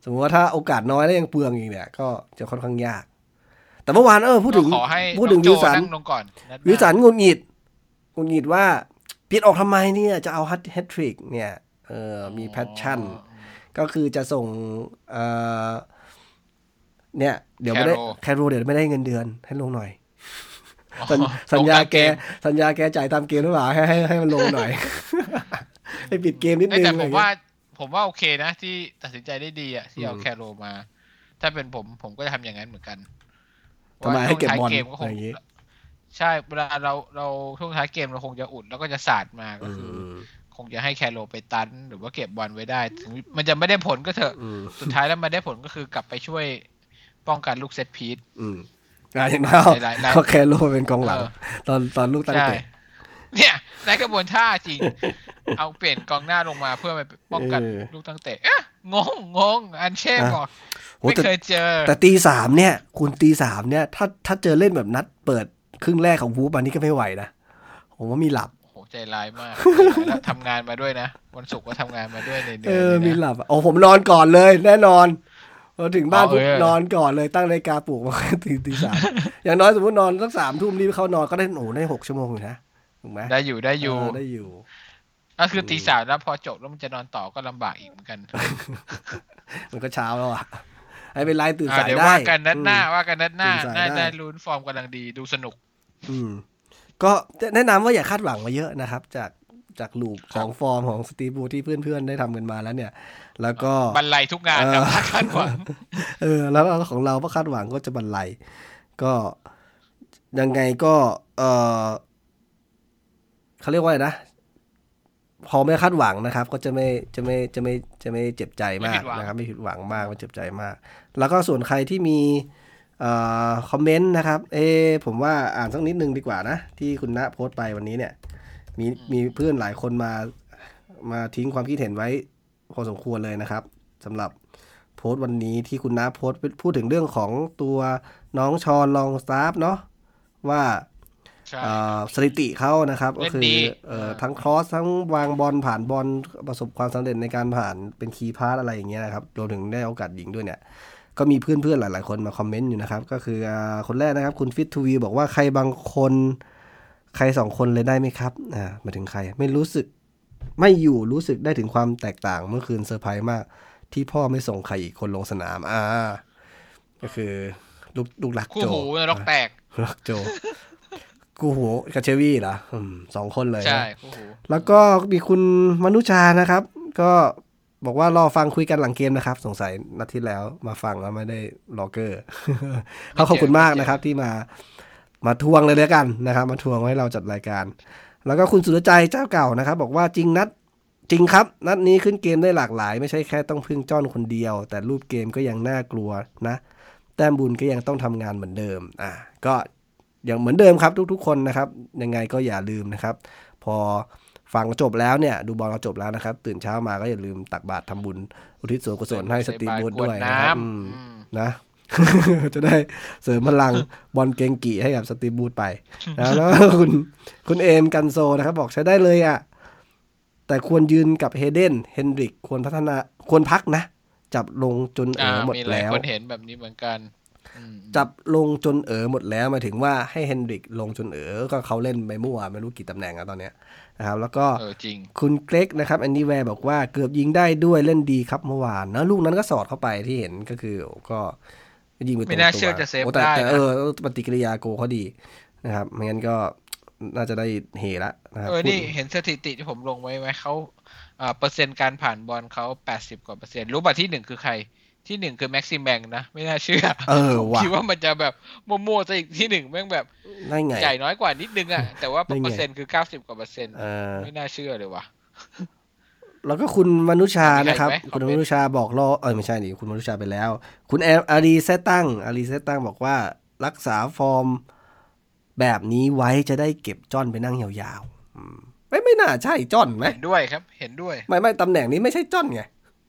สมมติว่าถ้าโอกาสน้อยแล้วยังเปลืองอีกเนี่ยก็จะค่อนข้างยากแต่เมื่อวานเออพูดถึงพูดถึงวิลสันวิลสันงุนหงิดงุนหงิดว่าเปลี่ยนออกทำไมเนี่ยจะเอาแฮตทริกเนี่ยเออมีแพชชั่นก็คือจะส่งเอ่อเนี่ยเดี๋ยวไม่ได้แคโรเดี๋ยวไม่ได้เงินเดือนให้ลงหน่อยสัญญาแกสัญญาแกจ่ายตามเกมหรือเปล่าให้ให้ให้มันลงหน่อยให้ปิดเกมนิดนึงแต่ผมว่าผมว่าโอเคนะที่ตัดสินใจได้ดีอ่ะที่เอาแคโรมาถ้าเป็นผมผมก็จะทำอย่างนั้นเหมือนกันทำไมให้เก็บบอลอย่างนี้ใช่เวลาเราเราช่วงท้ายเกมเราคงจะอุดแล้วก็จะสาดมาก็คือคงจะให้แคโรไปตันหรือว่าเก็บบอลไว้ได้ถึงมันจะไม่ได้ผลก็เถอะสุดท้ายแล้วมันได้ผลก็คือกลับไปช่วยป้องกันลูกเซตพีซอย่างนั้นเขาแคโรเป็นกองหลังตอนตอนลูกตั้งเตะเนี่ยในกระบวนท่าจริงเอาเปลี่ยนกองหน้าลงมาเพื่อไปป้องกันลูกตั้งเตะเอ๊ะงงงงอันเช่บอกไม่เคยเจอแต่ตีสามเนี่ยคุณตีสามเนี่ยถ้าถ้าเจอเล่นแบบนัดเปิดครึ่งแรกของวูฟอันนี้ก็ไม่ไหวนะผมว่ามีหลับโหใจร้ายมากแล้วทำงานมาด้วยนะวันศุกร์ก็ทำงานมาด้วยในเดือนเออมีหลับโอ้ผมนอนก่อนเลยแน่นอนพอถึงบ้านปุ๊บนอนก่อนเลยตั้งนาฬิกาปลุกมาตีตีสามอย่างน้อยสมมตินอนสักสามทุ่มรีบเข้านอนก็ได้โอ้ได้หกชั่วโมงอยู่นะถูกไหมได้อยู่ได้อยู่ได้อยู่ก็คือตีสามแล้วพอจบแล้วมันจะนอนต่อก็ลำบากอีกเหมือนกันมันก็เช้าแล้วอ่ะให้เป็นไลน์ตื่นสายได้ว่ากันนัดหน้าว่ากันนัดหน้าน่าได้ลุ้นฟอร์มกำลังดีดูสนุกอืมก็แนะนำว่าอย่าคาดหวังมาเยอะนะครับจากจากลูปของฟอร์มของสตีฟบูที่เพื่อนๆได้ทำกันมาแล้วเนี่ยแล้วก็บรรลัยทุกงานนะคาดหวังเออแล้วของเราก็คาดหวังก็จะบรรลัยก็ยังไงก็เออเขาเรียกว่าอะไรนะพอไม่คาดหวังนะครับก็จะไม่จะไม่จะไม่จะไม่เจ็บใจมากนะครับไม่ผิดหวังมากไม่เจ็บใจมากแล้วก็ส่วนใครที่มีเอ่อคอมเมนต์นะครับเอผมว่าอ่านสักนิดนึงดีกว่านะที่คุณณโพสต์ไปวันนี้เนี่ยมีมีเพื่อนหลายคนมามาทิ้งความคิดเห็นไว้พอสมควรเลยนะครับสำหรับโพสต์วันนี้ที่คุณณโพสต์พูดถึงเรื่องของตัวน้องชอนลองสตาฟเนาะว่าสถิติเขานะครับก็คือทั้งครอสทั้งวางบอลผ่านบอลประสบความสำเร็จในการผ่านเป็นคีย์พาสอะไรอย่างเงี้ยนะครับรวมถึงได้โอกาสยิงด้วยเนี่ยก็มีเพื่อนๆหลายๆคนมาคอมเมนต์อยู่นะครับก็คือคนแรกนะครับคุณฟิตทูวีบอกว่าใครบางคนใครสองคนเลยได้ไหมครับอ่ามาถึงใครไม่รู้สึกไม่อยู่รู้สึกได้ถึงความแตกต่างเมื่อคืนเซอร์ไพรส์มากที่พ่อไม่ส่งใครอีกคนลงสนามอ่าก็คือลูกลูกรักโจคู่หูล็อกแตกรักโจกูหูกับเชวี่เหรออืมสองคนเลยใช่คู่หูแล้วก็มีคุณมนุชานะครับก็บอกว่ารอฟังคุยกันหลังเกมนะครับสงสัยนัดที่แล้วมาฟังแล้วไม่ได้ล็อกเกอร์เขาขอบคุณมากนะครับที่มามาทวงเลยแล้วกันนะครับมาทวงให้เราจัดรายการแล้วก็คุณสุรใจเจ้าเก่านะครับบอกว่าจริงนัดจริงครับนัดนี้ขึ้นเกมได้หลากหลายไม่ใช่แค่ต้องพึ่งจ้อนคนเดียวแต่รูปเกมก็ยังน่ากลัวนะแต้มบุญก็ยังต้องทำงานเหมือนเดิมอ่ะก็อย่างเหมือนเดิมครับทุกๆคนนะครับยังไงก็อย่าลืมนะครับพอฟังจบแล้วเนี่ยดูบอลเราจบแล้วนะครับตื่นเช้ามาก็อย่าลืมตักบาตรทำบุญอุทิศส่วนกุศลให้สตรีมบูธด้วยนะครับนะจะได้เสริมพลังบอลเกงกีให้กับสตรีมบูธไปนะแล้วคุณคุณเอมกันโซนะครับบอกใช้ได้เลยอ่ะแต่ควรยืนกับเฮเดนเฮนดริกควรพัฒนาควรพักนะจับลงจนเออหมดแล้วมีหลายคนเห็นแบบนี้เหมือนกันจับลงจนเอ๋อหมดแล้วหมายถึงว่าให้เฮนดริกลงจนเอ๋อก็เขาเล่นไปมั่วไม่รู้กี่ตำแหน่งอะตอนเนี้ยนะครับแล้วก็คุณเกรกนะครับอันนี้แวร์บอกว่าเกือบยิงได้ด้วยเล่นดีครับเมื่อวานนะลูกนั้นก็สอดเข้าไปที่เห็นก็คือก็ยิงไปตรงตัวไม่น่าเชื่อจะเซฟได้แต่เออปฏิกิริยาโกเขาดีนะครับไม่งั้นก็น่าจะได้เฮละนะครับเออนี่เห็นสถิติที่ผมลงไว้ไหมเขาอ่าเปอร์เซ็นต์การผ่านบอลเขาแปดสิบกว่าเปอร์เซ็นต์รู้ป่ะที่หนึ่งคือใครที่หนึ่งคือแม็กซิมแมงนะไม่น่าเชื่อเออว่ะคิดว่ามันจะแบบมั่วๆซะอีกที่หนึ่งแม่งแบบจ่ายน้อยกว่านิดนึงอ่ะแต่ว่าเปอร์เซ็นต์คือเก้าสิบกว่าเปอร์เซ็นต์ไม่น่าเชื่อเลยว่ะแล้วก็คุณมนุชานะครับคุณมนุชาบอกรอเออไม่ใช่ดิคุณมนุชาไปแล้วคุณแออารีเซตั้งอารีเซตั้งบอกว่ารักษาฟอร์มแบบนี้ไว้จะได้เก็บจ้อนไปนั่งยาวๆไม่ไม่น่าใช่จ้อนไหมเห็นด้วยครับเห็นด้วยไม่ไม่ตำแหน่งนี้ไม่ใช่จ้อนไง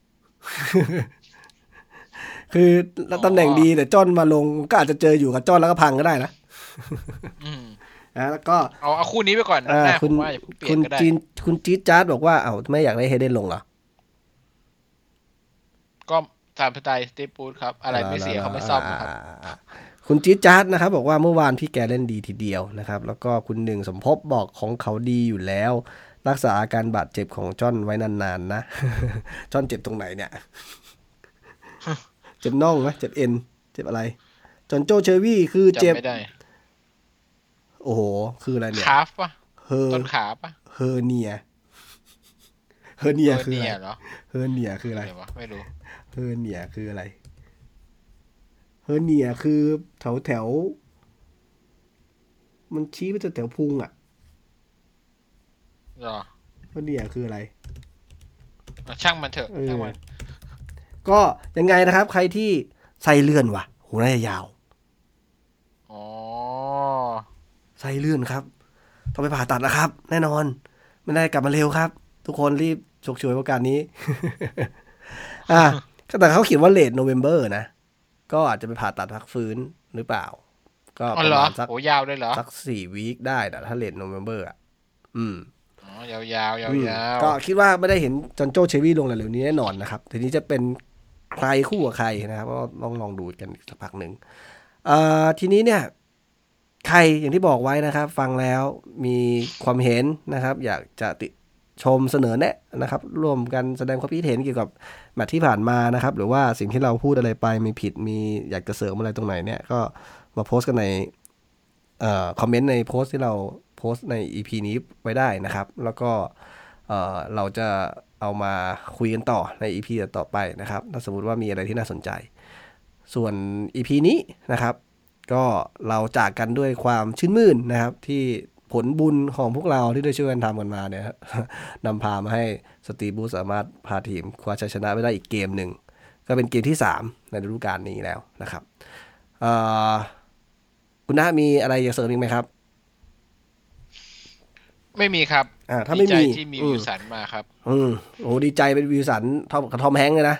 คือตำแหน่งดีแต่จ้อนมาลงก็อาจจะเจออยู่กับจ้อนแล้วก็พังก็ได้นะนะแล้วก็เอาเอาคู่นี้ไปก่อนนะคุณคุณจีนคุณจี๊ดจ๊าดบอกว่าเอ้าไม่อยากได้เฮเดนลงเหรอก็ตามสไตล์สตีฟบูธครับอะไรไม่เสียเขาไม่ซ่อมครับคุณจี๊ดจ๊าดนะครับบอกว่าเมื่อวานพี่แกเล่นดีทีเดียวนะครับแล้วก็คุณหนึ่งสมภพบอกของเขาดีอยู่แล้วรักษาอาการบาดเจ็บของจ้อนไว้นานๆนะ จ้อนเจ็บตรงไหนเนี่ยเจ็บน่องไหมเจ็บเอ็นเจ็บอะไรจอนโจเชอร์วี่คือเจ็บโอ้โหคืออะไรเนี่ยคาฟปะเฮอต้นขาปะเฮอร์เนียเฮอร์เนียคืออะไรเหรอเฮอร์เนียคืออะไรไม่รู้เฮอร์เนียคืออะไรเฮอร์เนียคือแถวแถวมันชี้ไปแถวพุงอ่ะหรอเฮอร์เนียคืออะไรช่างมันเถอะช่างมันก็ยังไงนะครับใครที่ไส้เลื่อนว่ะหูน่าจะยาวอ๋อไส้เลื่อนครับต้องไปผ่าตัดนะครับแน่นอนไม่ได้กลับมาเร็วครับทุกคนรีบฉกฉวยโอกาสนี้ อ่ะแต่เขาเขียนว่าเลทโนเวมเบอร์นะก็อาจจะไปผ่าตัดพักฟื้นหรือเปล่าก็ประมาณสักโอ้ยาวด้วยเหรอสักสี่วีคได้แต่ถ้าเลทโนเวมเบอร์อ่ะอืมอ๋อยาวยาวยาวยาวก็คิดว่าไม่ได้เห็นจอนโจเชวี่ลงเร็วนี้แน่นอนนะครับทีนี้จะเป็นใครคู่กับใครนะครับก็ลองลองดูกันสักพักหนึ่งเอ่อทีนี้เนี่ยใครอย่างที่บอกไว้นะครับฟังแล้วมีความเห็นนะครับอยากจะติชมเสนอแนะนะครับร่วมกันแสดงความคิดเห็นเกี่ยวกับแมตช์ที่ผ่านมานะครับหรือว่าสิ่งที่เราพูดอะไรไปมีผิดมีอยากจะเสริมอะไรตรงไหนเนี่ยก็มาโพสต์กันในเอ่อคอมเมนต์ในโพสต์ที่เราโพสต์ใน อี พี นี้ไว้ได้นะครับแล้วก็เอ่อเราจะเอามาคุยกันต่อใน อี พี ต่อไปนะครับถ้าสมมุติว่ามีอะไรที่น่าสนใจส่วน อี พี นี้นะครับก็เราจากกันด้วยความชื่นมื่นนะครับที่ผลบุญของพวกเราที่ได้ช่วยกันทำกันมาเนี่ยนำพามาให้สตีบูธสามารถพาทีมคว้าชัยชนะไปได้อีกเกมหนึ่งก็เป็นเกมที่สามในฤดูกาลนี้แล้วนะครับคุณน้ามีอะไรจะเสริมอีกไหมครับไม่มีครับอ่าถ้าไม่มีที่มีวิวสันมาครับอืมโอ้ดีใจเป็นวิวสันทอมกับทอมแฮงค์เลยนะ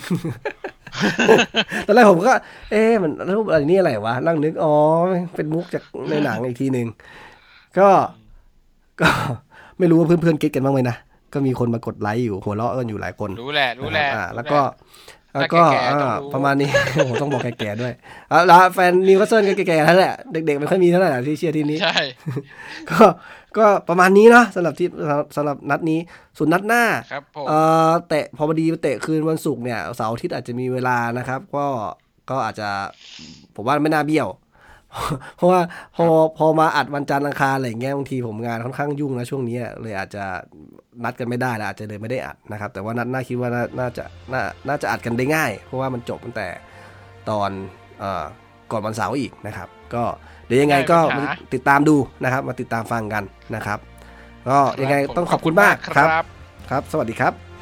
ตอนแรกผมก็เอ๊ะมันรูปอะไรนี่อะไรวะนั่งนึกอ๋อเป็นมุกจากในหนังอีกทีนึงก็ก็ไม่รู้ว่าเพื่อนๆเก็ตกันบ้างไหมนะก็มีคนมากดไลค์อยู่หัวเราะกันอยู่หลายคนรู้แหละรู้แหละอ่าแล้วก็แล้วก็ประมาณนี้โอ้ต้องบอกแก่ๆด้วยแล้วแฟนนิวคาสเซิลก็แก่ๆแล้วแหละเด็กๆไม่ค่อยมีเท่าไหร่ที่เชียร์ทีมนี้ใช่ก็ก็ประมาณนี้เนาะสำหรับที่สำหรับนัดนี้ส่วนนัดหน้าเอ่อเตะพอดีเตะคืนวันศุกร์เนี่ยเสาร์อาทิตย์อาจจะมีเวลานะครับก็ก็อาจจะผมว่าไม่น่าเบี้ยวเพราะว่าพอพอมาอัดวันจันทร์อังคารอะไรอย่างเงี้ยบางทีผมงานค่อนข้างยุ่งนะช่วงนี้เลยอาจจะนัดกันไม่ได้แล้วอาจจะเลยไม่ได้อัดนะครับแต่ว่านัดหน้าคิดว่าน่าจะน่าน่าจะอัดกันได้ง่ายเพราะว่ามันจบตั้งแต่ตอนเอ่อก่อนวันเสาร์อีกนะครับก็เดี๋ยวยังไงก็ติดตามดูนะครับมาติดตามฟังกันนะครับก็ยังไงต้องขอบคุณมากครับครับสวัสดีครับ